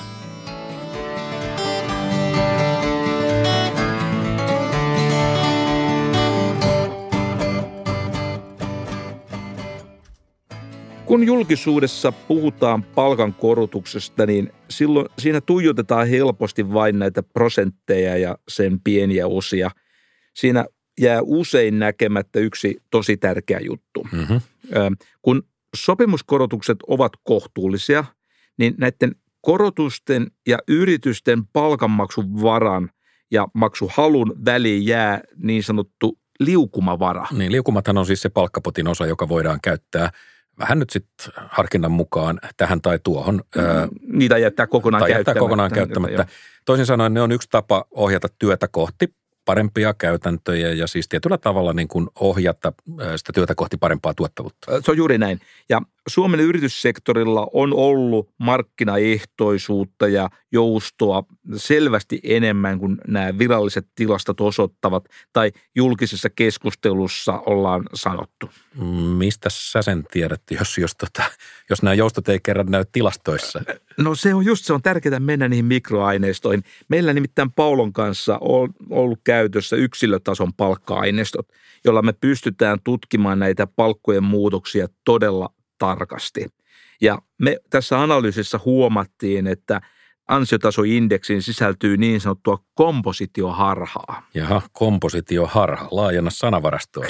Kun julkisuudessa puhutaan palkankorotuksesta, niin silloin siinä tuijotetaan helposti vain näitä prosentteja ja sen pieniä osia. Siinä jää usein näkemättä yksi tosi tärkeä juttu. Mm-hmm. Kun sopimuskorotukset ovat kohtuullisia, niin näiden korotusten ja yritysten palkanmaksun varan ja maksuhalun väliin jää niin sanottu liukumavara. Niin, liukumathan on siis se palkkapotin osa, joka voidaan käyttää vähän nyt sitten harkinnan mukaan tähän tai tuohon. Niitä jättää kokonaan tai käyttämättä. jättää kokonaan käyttämättä. Toisin sanoen ne on yksi tapa ohjata työtä kohti parempia käytäntöjä ja siis tietyllä tavalla niin kuin ohjata sitä työtä kohti parempaa tuottavuutta. Se on juuri näin. Ja Suomen yrityssektorilla on ollut markkinaehtoisuutta ja joustoa selvästi enemmän kuin nämä viralliset tilastot osoittavat tai julkisessa keskustelussa ollaan sanottu. Mistä sä sen tiedät, jos, jos, tota, jos nämä joustot ei kerran näy tilastoissa? No se on just, se on tärkeää mennä niihin mikroaineistoihin. Meillä nimittäin Paulon kanssa on ollut käytössä yksilötason palkka-aineistot, jolla me pystytään tutkimaan näitä palkkojen muutoksia todella tarkasti. Ja me tässä analyysissä huomattiin, että ansiotasoindeksiin sisältyy niin sanottua kompositioharhaa. Jaha, kompositioharha, laajenna sanavarastoa.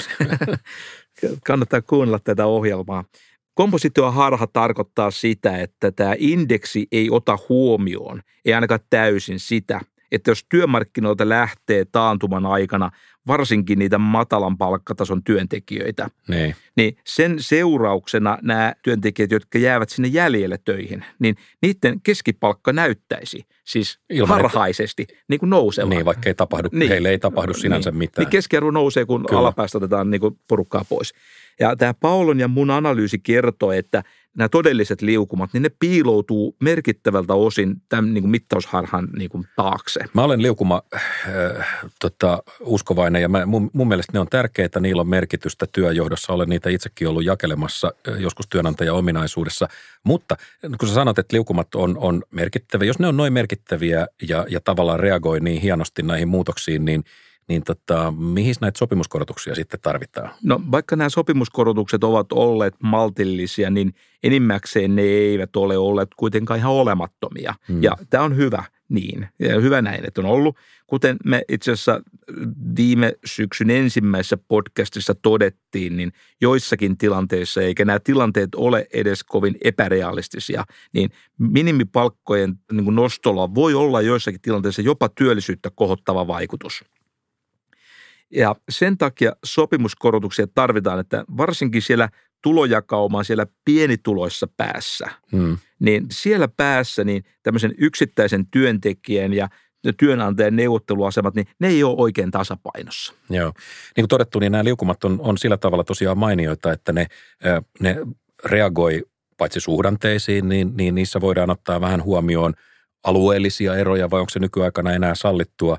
Kannattaa kuunnella tätä ohjelmaa. Kompositioharha tarkoittaa sitä, että tämä indeksi ei ota huomioon, ei ainakaan täysin sitä, että jos työmarkkinoilta lähtee taantuman aikana varsinkin niitä matalan palkkatason työntekijöitä, niin. niin sen seurauksena nämä työntekijät, jotka jäävät sinne jäljelle töihin, niin niiden keskipalkka näyttäisi siis Ilman, harhaisesti että... niin kuin nousevan. Niin, vaikka ei tapahdu, niin. heille ei tapahdu sinänsä niin. mitään. Niin keskiarvo nousee, kun Kyllä. alapäästä otetaan niin kuin porukkaa pois. Ja tämä Paulon ja mun analyysi kertoo, että nämä todelliset liukumat, niin ne piiloutuu merkittävältä osin tämän niin kuin mittausharhan niin kuin taakse. Mä olen liukuma äh, tota, uskovainen ja mä, mun, mun mielestä ne on tärkeitä, niillä on merkitystä työjohdossa. Olen niitä itsekin ollut jakelemassa äh, joskus työnantaja-ominaisuudessa. Mutta kun sä sanot, että liukumat on, on merkittäviä, jos ne on noin merkittäviä ja, ja tavallaan reagoi niin hienosti näihin muutoksiin, niin Niin tota, mihin näitä sopimuskorotuksia sitten tarvitaan? No vaikka nämä sopimuskorotukset ovat olleet maltillisia, niin enimmäkseen ne eivät ole olleet kuitenkaan ihan olemattomia. Hmm. Ja tämä on hyvä niin. Ja hyvä näin, että on ollut. Kuten me itse asiassa viime syksyn ensimmäisessä podcastissa todettiin, niin joissakin tilanteissa, eikä nämä tilanteet ole edes kovin epärealistisia, niin minimipalkkojen niin kuin nostolla voi olla joissakin tilanteissa jopa työllisyyttä kohottava vaikutus. Ja sen takia sopimuskorotuksia tarvitaan, että varsinkin siellä tulojakaumaan siellä pienituloissa päässä, hmm. niin siellä päässä niin tämmöisen yksittäisen työntekijän ja työnantajan neuvotteluasemat, niin ne ei ole oikein tasapainossa. Joo. Niin kuin todettu, niin nämä liukumat on, on sillä tavalla tosiaan mainioita, että ne, ne reagoi paitsi suhdanteisiin, niin, niin niissä voidaan ottaa vähän huomioon alueellisia eroja, vai onko se nykyaikana enää sallittua,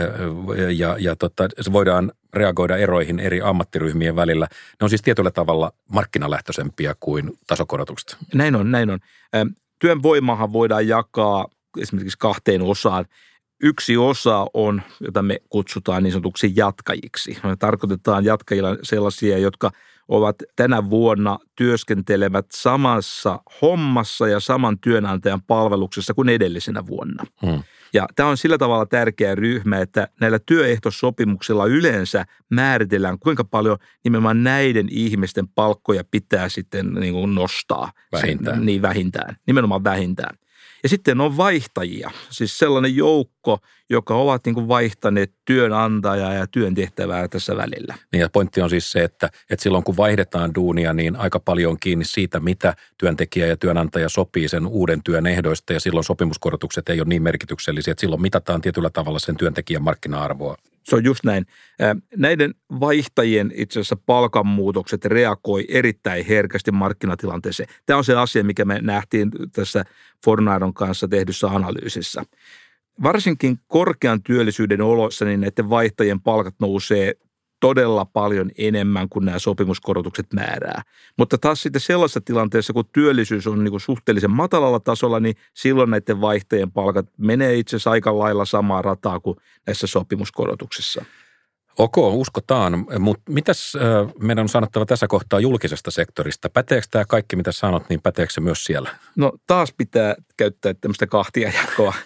ja, ja tota, se voidaan reagoida eroihin eri ammattiryhmien välillä. Ne on siis tietyllä tavalla markkinalähtöisempiä kuin tasokorotukset. Näin on, näin on. Työn voimahan voidaan jakaa esimerkiksi kahteen osaan. Yksi osa on, jota me kutsutaan niin sanotuksi jatkajiksi. Me tarkoitetaan jatkajilla sellaisia, jotka ovat tänä vuonna työskentelevät samassa hommassa ja saman työnantajan palveluksessa kuin edellisenä vuonna. Hmm. Ja tämä on sillä tavalla tärkeä ryhmä, että näillä työehtosopimuksilla yleensä määritellään, kuinka paljon nimenomaan näiden ihmisten palkkoja pitää sitten niin kuin nostaa. Vähintään. Sen, niin vähintään, nimenomaan vähintään. Ja sitten on vaihtajia, siis sellainen joukko, joka ovat niin kuin vaihtaneet työnantajaa ja työntehtävää tässä välillä. Niin ja pointti on siis se, että, että silloin kun vaihdetaan duunia, niin aika paljon on kiinni siitä, mitä työntekijä ja työnantaja sopii sen uuden työn ehdoista, ja silloin sopimuskorotukset ei ole niin merkityksellisiä, että silloin mitataan tietyllä tavalla sen työntekijän markkina-arvoa. Se on just näin. Näiden vaihtajien itse asiassa palkanmuutokset reagoi erittäin herkästi markkinatilanteeseen. Tämä on se asia, mikä me nähtiin tässä Fornairon kanssa tehdyssä analyysissä. Varsinkin korkean työllisyyden oloissa niin näiden vaihtajien palkat nousee todella paljon enemmän kuin nämä sopimuskorotukset määrää. Mutta taas sitten sellaisessa tilanteessa, kun työllisyys on niin kuin suhteellisen matalalla tasolla, niin silloin näiden vaihtajien palkat menee itse asiassa aika lailla samaa rataa kuin näissä sopimuskorotuksissa. Ok, uskotaan. Mutta mitäs äh, meidän on sanottava tässä kohtaa julkisesta sektorista? Päteekö tämä kaikki, mitä sanot, niin päteekö se myös siellä? No taas pitää käyttää tämmöistä kahtiajakoa.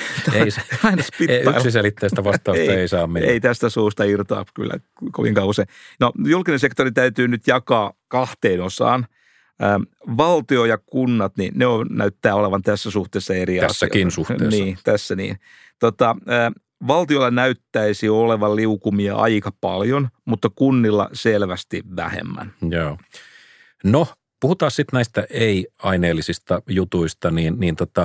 ei se, yksiselitteistä vastausta ei, ei saa mennä. Ei tästä suusta irtoa kyllä kovinkaan usein. No julkinen sektori täytyy nyt jakaa kahteen osaan. Ähm, valtio ja kunnat, niin ne on, näyttää olevan tässä suhteessa eri asioita. Tässäkin suhteessa. Niin, tässä niin. Tota, äh, Valtiolla näyttäisi olevan liukumia aika paljon, mutta kunnilla selvästi vähemmän. Joo. No, puhutaan sitten näistä ei-aineellisista jutuista, niin, niin tota,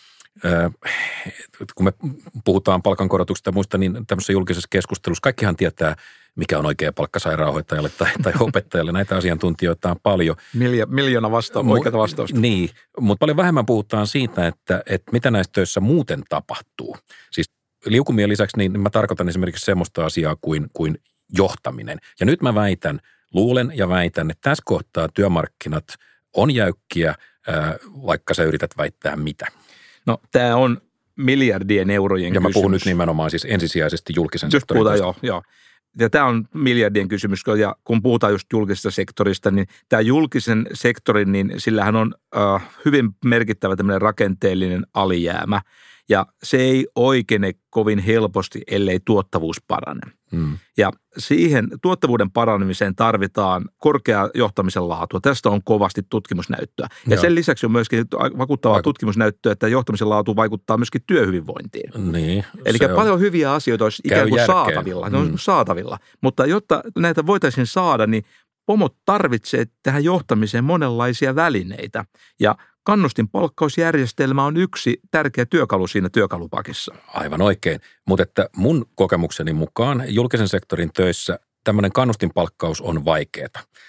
äh, kun me puhutaan palkankorotuksista ja muista, niin tämmöisessä julkisessa keskustelussa kaikkihan tietää, mikä on oikea palkka sairaanhoitajalle tai, tai opettajalle. Näitä asiantuntijoita on paljon. Milja, miljoona vasta- oikeata vastausta. Niin, mutta paljon vähemmän puhutaan siitä, että, että mitä näissä töissä muuten tapahtuu. Siis liukumien lisäksi niin mä tarkoitan esimerkiksi semmoista asiaa kuin, kuin johtaminen. Ja nyt mä väitän, luulen ja väitän, että tässä kohtaa työmarkkinat on jäykkiä, ää, vaikka sä yrität väittää mitä. No tämä on miljardien eurojen ja kysymys. Ja mä puhun nyt nimenomaan siis ensisijaisesti julkisen just sektorin. Puhutaan, joo, joo. Ja tämä on miljardien kysymys, ja kun puhutaan just julkisesta sektorista, niin tämä julkisen sektorin, niin sillähän on äh, hyvin merkittävä tämmöinen rakenteellinen alijäämä. Ja se ei oikene kovin helposti, ellei tuottavuus parane. Hmm. Ja siihen tuottavuuden paranemiseen tarvitaan korkea johtamisen laatua. Tästä on kovasti tutkimusnäyttöä. Ja Joo. sen lisäksi on myöskin vakuuttavaa Vaikut- tutkimusnäyttöä, että johtamisen laatu vaikuttaa myöskin työhyvinvointiin. Niin, eli paljon hyviä asioita olisi ikään kuin järkeen. saatavilla. Ne on hmm. saatavilla. Mutta jotta näitä voitaisiin saada, niin pomot tarvitsee tähän johtamiseen monenlaisia välineitä. Ja kannustinpalkkausjärjestelmä on yksi tärkeä työkalu siinä työkalupakissa. Aivan oikein, mutta että mun kokemukseni mukaan julkisen sektorin töissä tämmöinen kannustinpalkkaus on vaikeaa.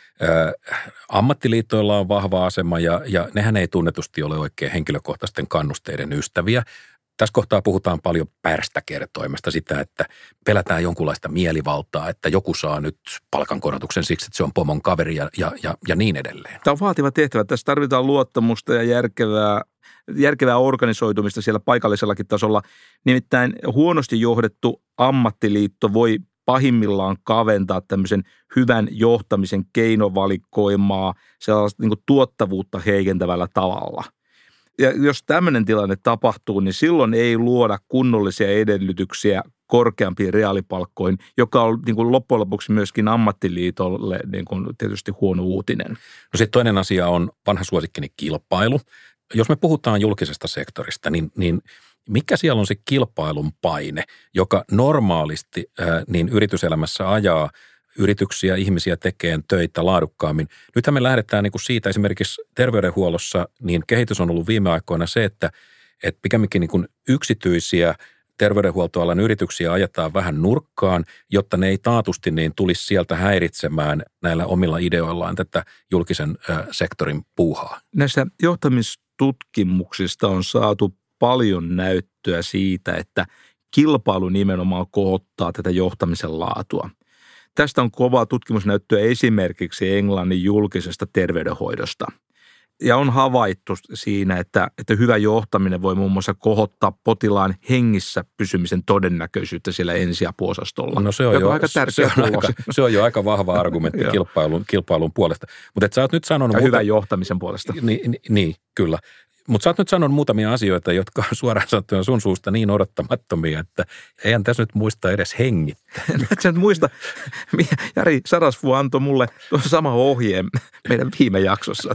Ammattiliitoilla on vahva asema ja, ja nehän ei tunnetusti ole oikein henkilökohtaisten kannusteiden ystäviä. Tässä kohtaa puhutaan paljon pärstäkertoimesta sitä, että pelätään jonkunlaista mielivaltaa, että joku saa nyt palkankorotuksen siksi, että se on pomon kaveri ja, ja, ja, ja niin edelleen. Tämä on vaativa tehtävä. Tässä tarvitaan luottamusta ja järkevää, järkevää organisoitumista siellä paikallisellakin tasolla. Nimittäin huonosti johdettu ammattiliitto voi pahimmillaan kaventaa tämmöisen hyvän johtamisen keinovalikoimaa sellaista niin kuin tuottavuutta heikentävällä tavalla. Ja jos tämmöinen tilanne tapahtuu, niin silloin ei luoda kunnollisia edellytyksiä korkeampiin reaalipalkkoihin, joka on niin kuin loppujen lopuksi myöskin ammattiliitolle niin kuin tietysti huono uutinen. No sitten toinen asia on vanha suosikkini kilpailu. Jos me puhutaan julkisesta sektorista, niin, niin Mikä siellä on se kilpailun paine, joka normaalisti ää, niin yrityselämässä ajaa yrityksiä, ihmisiä tekemään töitä laadukkaammin. Nythän me lähdetään niin kuin siitä esimerkiksi terveydenhuollossa, niin kehitys on ollut viime aikoina se, että, että pikemminkin niin kuin yksityisiä terveydenhuoltoalan yrityksiä ajetaan vähän nurkkaan, jotta ne ei taatusti niin tulisi sieltä häiritsemään näillä omilla ideoillaan tätä julkisen ää, sektorin puuhaa. Näissä johtamistutkimuksista on saatu paljon näyttöä siitä, että kilpailu nimenomaan kohottaa tätä johtamisen laatua. Tästä on kovaa tutkimusnäyttöä esimerkiksi Englannin julkisesta terveydenhoidosta. Ja on havaittu siinä, että, että hyvä johtaminen voi muun muassa kohottaa potilaan hengissä pysymisen todennäköisyyttä siellä ensiapuosastolla. No se on, jo, aika tärkeä se, on aika, se on jo aika vahva argumentti kilpailun, kilpailun puolesta. Mutta sä oot nyt sanonut... Ja muuta, hyvän johtamisen puolesta. Niin, niin, niin kyllä. Mutta sä oot nyt sanonut muutamia asioita, jotka on suoraan sanottuna sun suusta niin odottamattomia, että eihän tässä nyt muista edes hengittää. Eikö sä nyt muista, Jari Sarasvuo antoi mulle tuon sama ohjeen meidän viime jaksossa.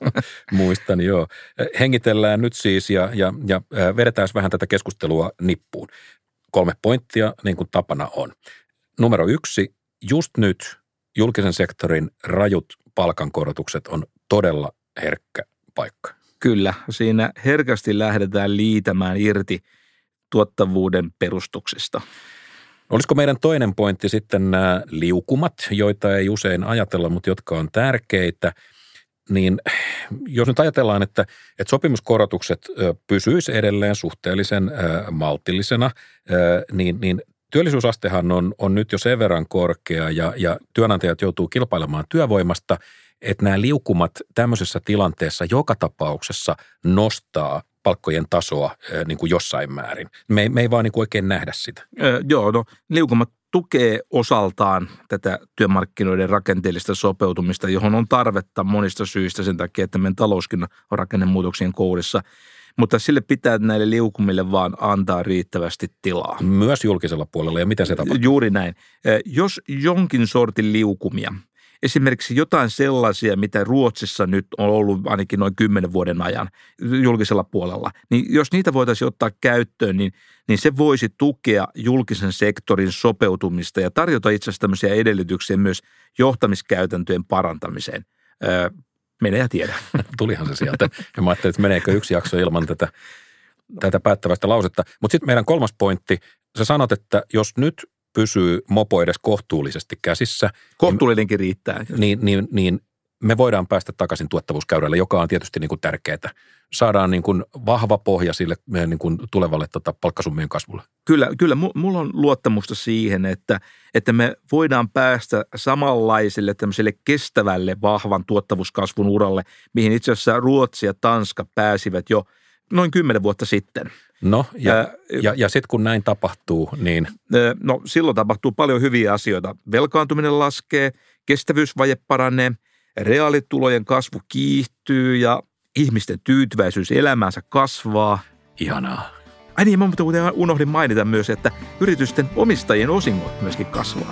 Muistan, joo. Hengitellään nyt siis ja, ja, ja vedetään vähän tätä keskustelua nippuun. Kolme pointtia, niin kuin tapana on. Numero yksi, just nyt julkisen sektorin rajut palkankorotukset on todella herkkä paikka. Kyllä, siinä herkästi lähdetään liitämään irti tuottavuuden perustuksista. Olisiko meidän toinen pointti sitten nämä liukumat, joita ei usein ajatella, mutta jotka on tärkeitä, niin jos nyt ajatellaan, että, että sopimuskorotukset pysyisi edelleen suhteellisen maltillisena, niin, niin työllisyysastehan on, on nyt jo sen verran korkea ja, ja työnantajat joutuu kilpailemaan työvoimasta, että nämä liukumat tämmöisessä tilanteessa joka tapauksessa nostaa palkkojen tasoa niin kuin jossain määrin. Me ei, me ei vaan niin kuin oikein nähdä sitä. Öö, joo, no liukumat tukee osaltaan tätä työmarkkinoiden rakenteellista sopeutumista, johon on tarvetta monista syistä sen takia, että meidän talouskin on rakennemuutoksien kourissa. Mutta sille pitää näille liukumille vaan antaa riittävästi tilaa. Myös julkisella puolella, ja miten se tapahtuu? Juuri näin. Jos jonkin sortin liukumia, esimerkiksi jotain sellaisia, mitä Ruotsissa nyt on ollut ainakin noin kymmenen vuoden ajan julkisella puolella, niin jos niitä voitaisiin ottaa käyttöön, niin, niin se voisi tukea julkisen sektorin sopeutumista ja tarjota itse asiassa tämmöisiä edellytyksiä myös johtamiskäytäntöjen parantamiseen. Öö, mene ja tiedä. Tulihan se sieltä. Ja mä ajattelin, että meneekö yksi jakso ilman tätä, tätä päättävästä lausetta. Mutta sitten meidän kolmas pointti. Sä sanot, että jos nyt pysyy mopo edes kohtuullisesti käsissä. Kohtuullinenkin riittää. Niin, niin, niin me voidaan päästä takaisin tuottavuuskäyrälle, joka on tietysti niin kuin tärkeää. Saadaan niin kuin vahva pohja sille niin kuin tulevalle tota, palkkasummien kasvulle. Kyllä, kyllä. Mulla on luottamusta siihen, että, että me voidaan päästä samanlaiselle tämmöiselle kestävälle vahvan tuottavuuskasvun uralle, mihin itse asiassa Ruotsi ja Tanska pääsivät jo noin kymmenen vuotta sitten. No, ja, Ää, ja, ja sitten kun näin tapahtuu, niin... No, silloin tapahtuu paljon hyviä asioita. Velkaantuminen laskee, kestävyysvaje paranee, reaalitulojen kasvu kiihtyy ja ihmisten tyytyväisyys elämäänsä kasvaa. Ihanaa. Ai niin, mä unohdin mainita myös, että yritysten omistajien osingot myöskin kasvaa.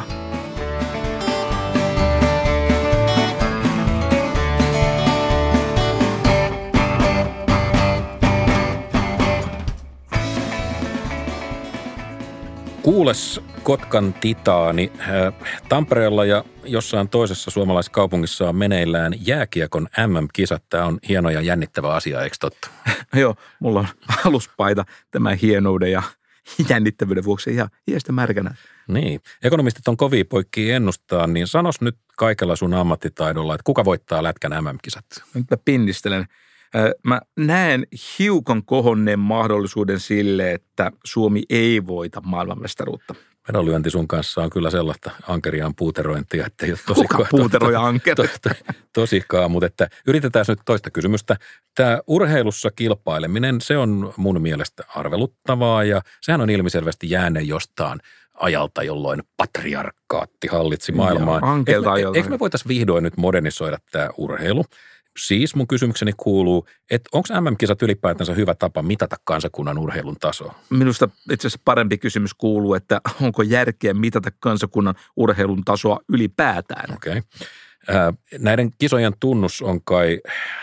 Kuules, Kotkan titaani. Tampereella ja jossain toisessa suomalaiskaupungissa on meneillään jääkiekon M M-kisat. Tämä on hieno ja jännittävä asia, eikö totta? Joo, mulla on aluspaita tämän hienouden ja jännittävyyden vuoksi ihan hiestä märkänä. Niin, ekonomistit on kovia poikkia ennustaa, niin sanos nyt kaikella sun ammattitaidolla, että kuka voittaa lätkän M M-kisat? Nyt mä pinnistelen. Mä näen hiukan kohonneen mahdollisuuden sille, että Suomi ei voita maailmanmestaruutta. Vedonlyönti sun kanssa on kyllä sellaista ankeriaan puuterointia, että ei ole tosikaan. Kuka puuteroja ankeri? To, to, to, tosikaan, mutta että yritetään nyt toista kysymystä. Tämä urheilussa kilpaileminen, se on mun mielestä arveluttavaa ja sehän on ilmiselvästi jäänyt jostain ajalta, jolloin patriarkaatti hallitsi maailmaa. Ankelta ajalta. Eikö me voitaisiin vihdoin nyt modernisoida tämä urheilu? Siis mun kysymykseni kuuluu, että onko M M-kisat ylipäätänsä hyvä tapa mitata kansakunnan urheilun tasoa? Minusta itse asiassa parempi kysymys kuuluu, että onko järkeä mitata kansakunnan urheilun tasoa ylipäätään? Okei. Okay. Näiden kisojen tunnus on kai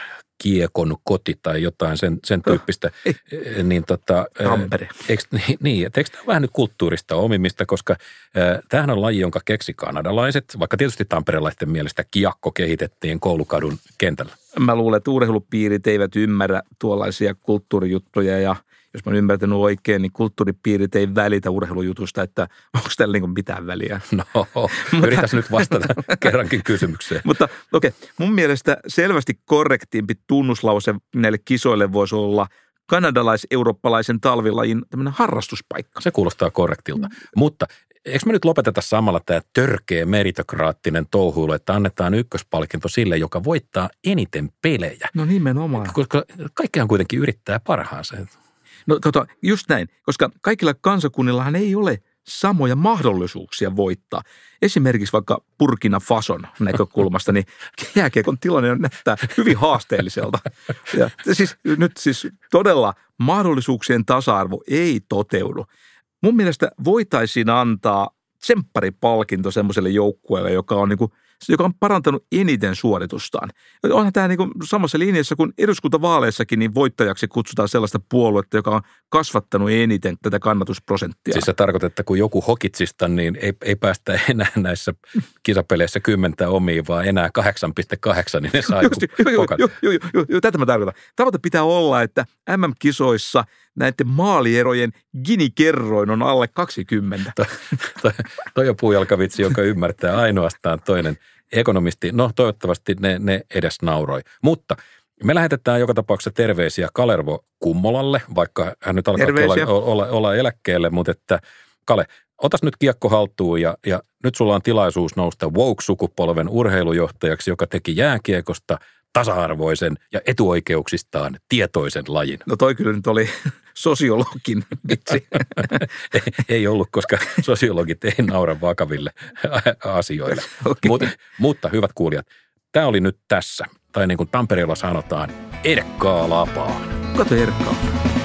kiekon koti tai jotain sen, sen tyyppistä. Oh, niin tota, Tampere. Eikö, niin, että eikö tämä vähän nyt kulttuurista omimista, koska äh, tämähän on laji, jonka keksi kanadalaiset, vaikka tietysti tamperelaisten mielestä kiekko kehitettiin koulukadun kentällä. Mä luulen, että urheilupiirit eivät ymmärrä tuollaisia kulttuurijuttuja ja jos mä oon ymmärtänyt oikein, niin kulttuuripiirit ei välitä urheilujutusta, että onko tällä niin mitään väliä. No, yritäs nyt vastata kerrankin kysymykseen. Mutta okei, okay, mun mielestä selvästi korrektiimpi tunnuslause näille kisoille voisi olla kanadalais-eurooppalaisen talvilajin tämmöinen harrastuspaikka. Se kuulostaa korrektilta, mm. mutta eikö me nyt lopeteta samalla tämä törkeä meritokraattinen touhuilu, että annetaan ykköspalkinto sille, joka voittaa eniten pelejä? No nimenomaan. Koska kaikkihan kuitenkin yrittää parhaansa. No kato, just näin, koska kaikilla kansakunnillahan ei ole samoja mahdollisuuksia voittaa. Esimerkiksi vaikka Burkina Fason näkökulmasta, niin jääkiekon tilanne näyttää hyvin haasteelliselta. Ja siis nyt siis todella mahdollisuuksien tasa-arvo ei toteudu. Mun mielestä voitaisiin antaa tsempparipalkinto semmoiselle joukkueelle, joka on, niin kuin, joka on parantanut eniten suoritustaan. Onhan tämä niin kuin samassa linjassa kuin eduskuntavaaleissakin, niin voittajaksi kutsutaan sellaista puoluetta, joka on kasvattanut eniten tätä kannatusprosenttia. Siis se tarkoittaa, että kun joku hokitsista, niin ei, ei päästä enää näissä kisapeleissä kymmentä omiin, vaan enää kahdeksan pilkku kahdeksan, niin ne saa joku pokat. Joo, joo, joo, joo, tätä mä tarkoitan. Tavoite pitää olla, että M M-kisoissa näiden maalierojen Gini-kerroin on alle kaksikymmentä. Toi, toi, toi on puujalkavitsi, joka ymmärtää ainoastaan toinen ekonomisti. No toivottavasti ne, ne edes nauroi. Mutta me lähetetään joka tapauksessa terveisiä Kalervo Kummolalle, vaikka hän nyt alkaa olla, olla, olla eläkkeelle, mutta että Kale, otas nyt kiekko haltuun ja, ja nyt sulla on tilaisuus nousta woke-sukupolven urheilujohtajaksi, joka teki jääkiekosta tasa-arvoisen ja etuoikeuksistaan tietoisen lajin. No toi kyllä nyt oli sosiologin vitsi. ei, ei ollut, koska sosiologit ei naura vakaville asioille. Okay. Mut, mutta hyvät kuulijat, tämä oli nyt tässä. Tai niin kuin Tampereella sanotaan, erkkaa lapaan. Kato erkkaa.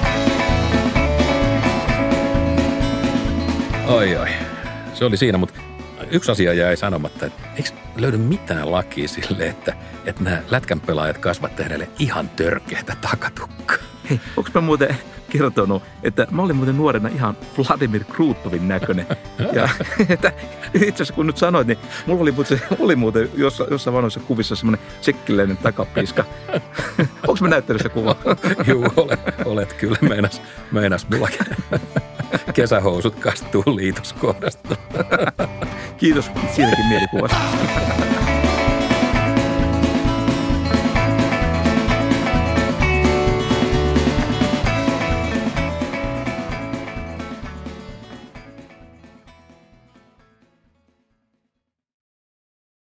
Ai ai, se oli siinä, mutta yksi asia jäi sanomatta, että eikö löydy mitään lakia sille, että, että nämä lätkän pelaajat kasvattaa hänelle ihan törkeätä takatukkaa. Hei, onko mä muuten kertonut, että mä olin muuten nuorena ihan Vladimir Krutovin näköinen. Ja että itse asiassa kun nyt sanoit, niin mulla oli muuten, oli muuten jossain, jossain vanhoissa kuvissa semmoinen tsekkiläinen takapiiska. Onko mä näyttänyt sitä kuvaa? Juu, olet, olet kyllä. Meinas, meinas mulla kesähousut kastuu liitoskohdasta. Kiitos siinäkin mielikuvasta.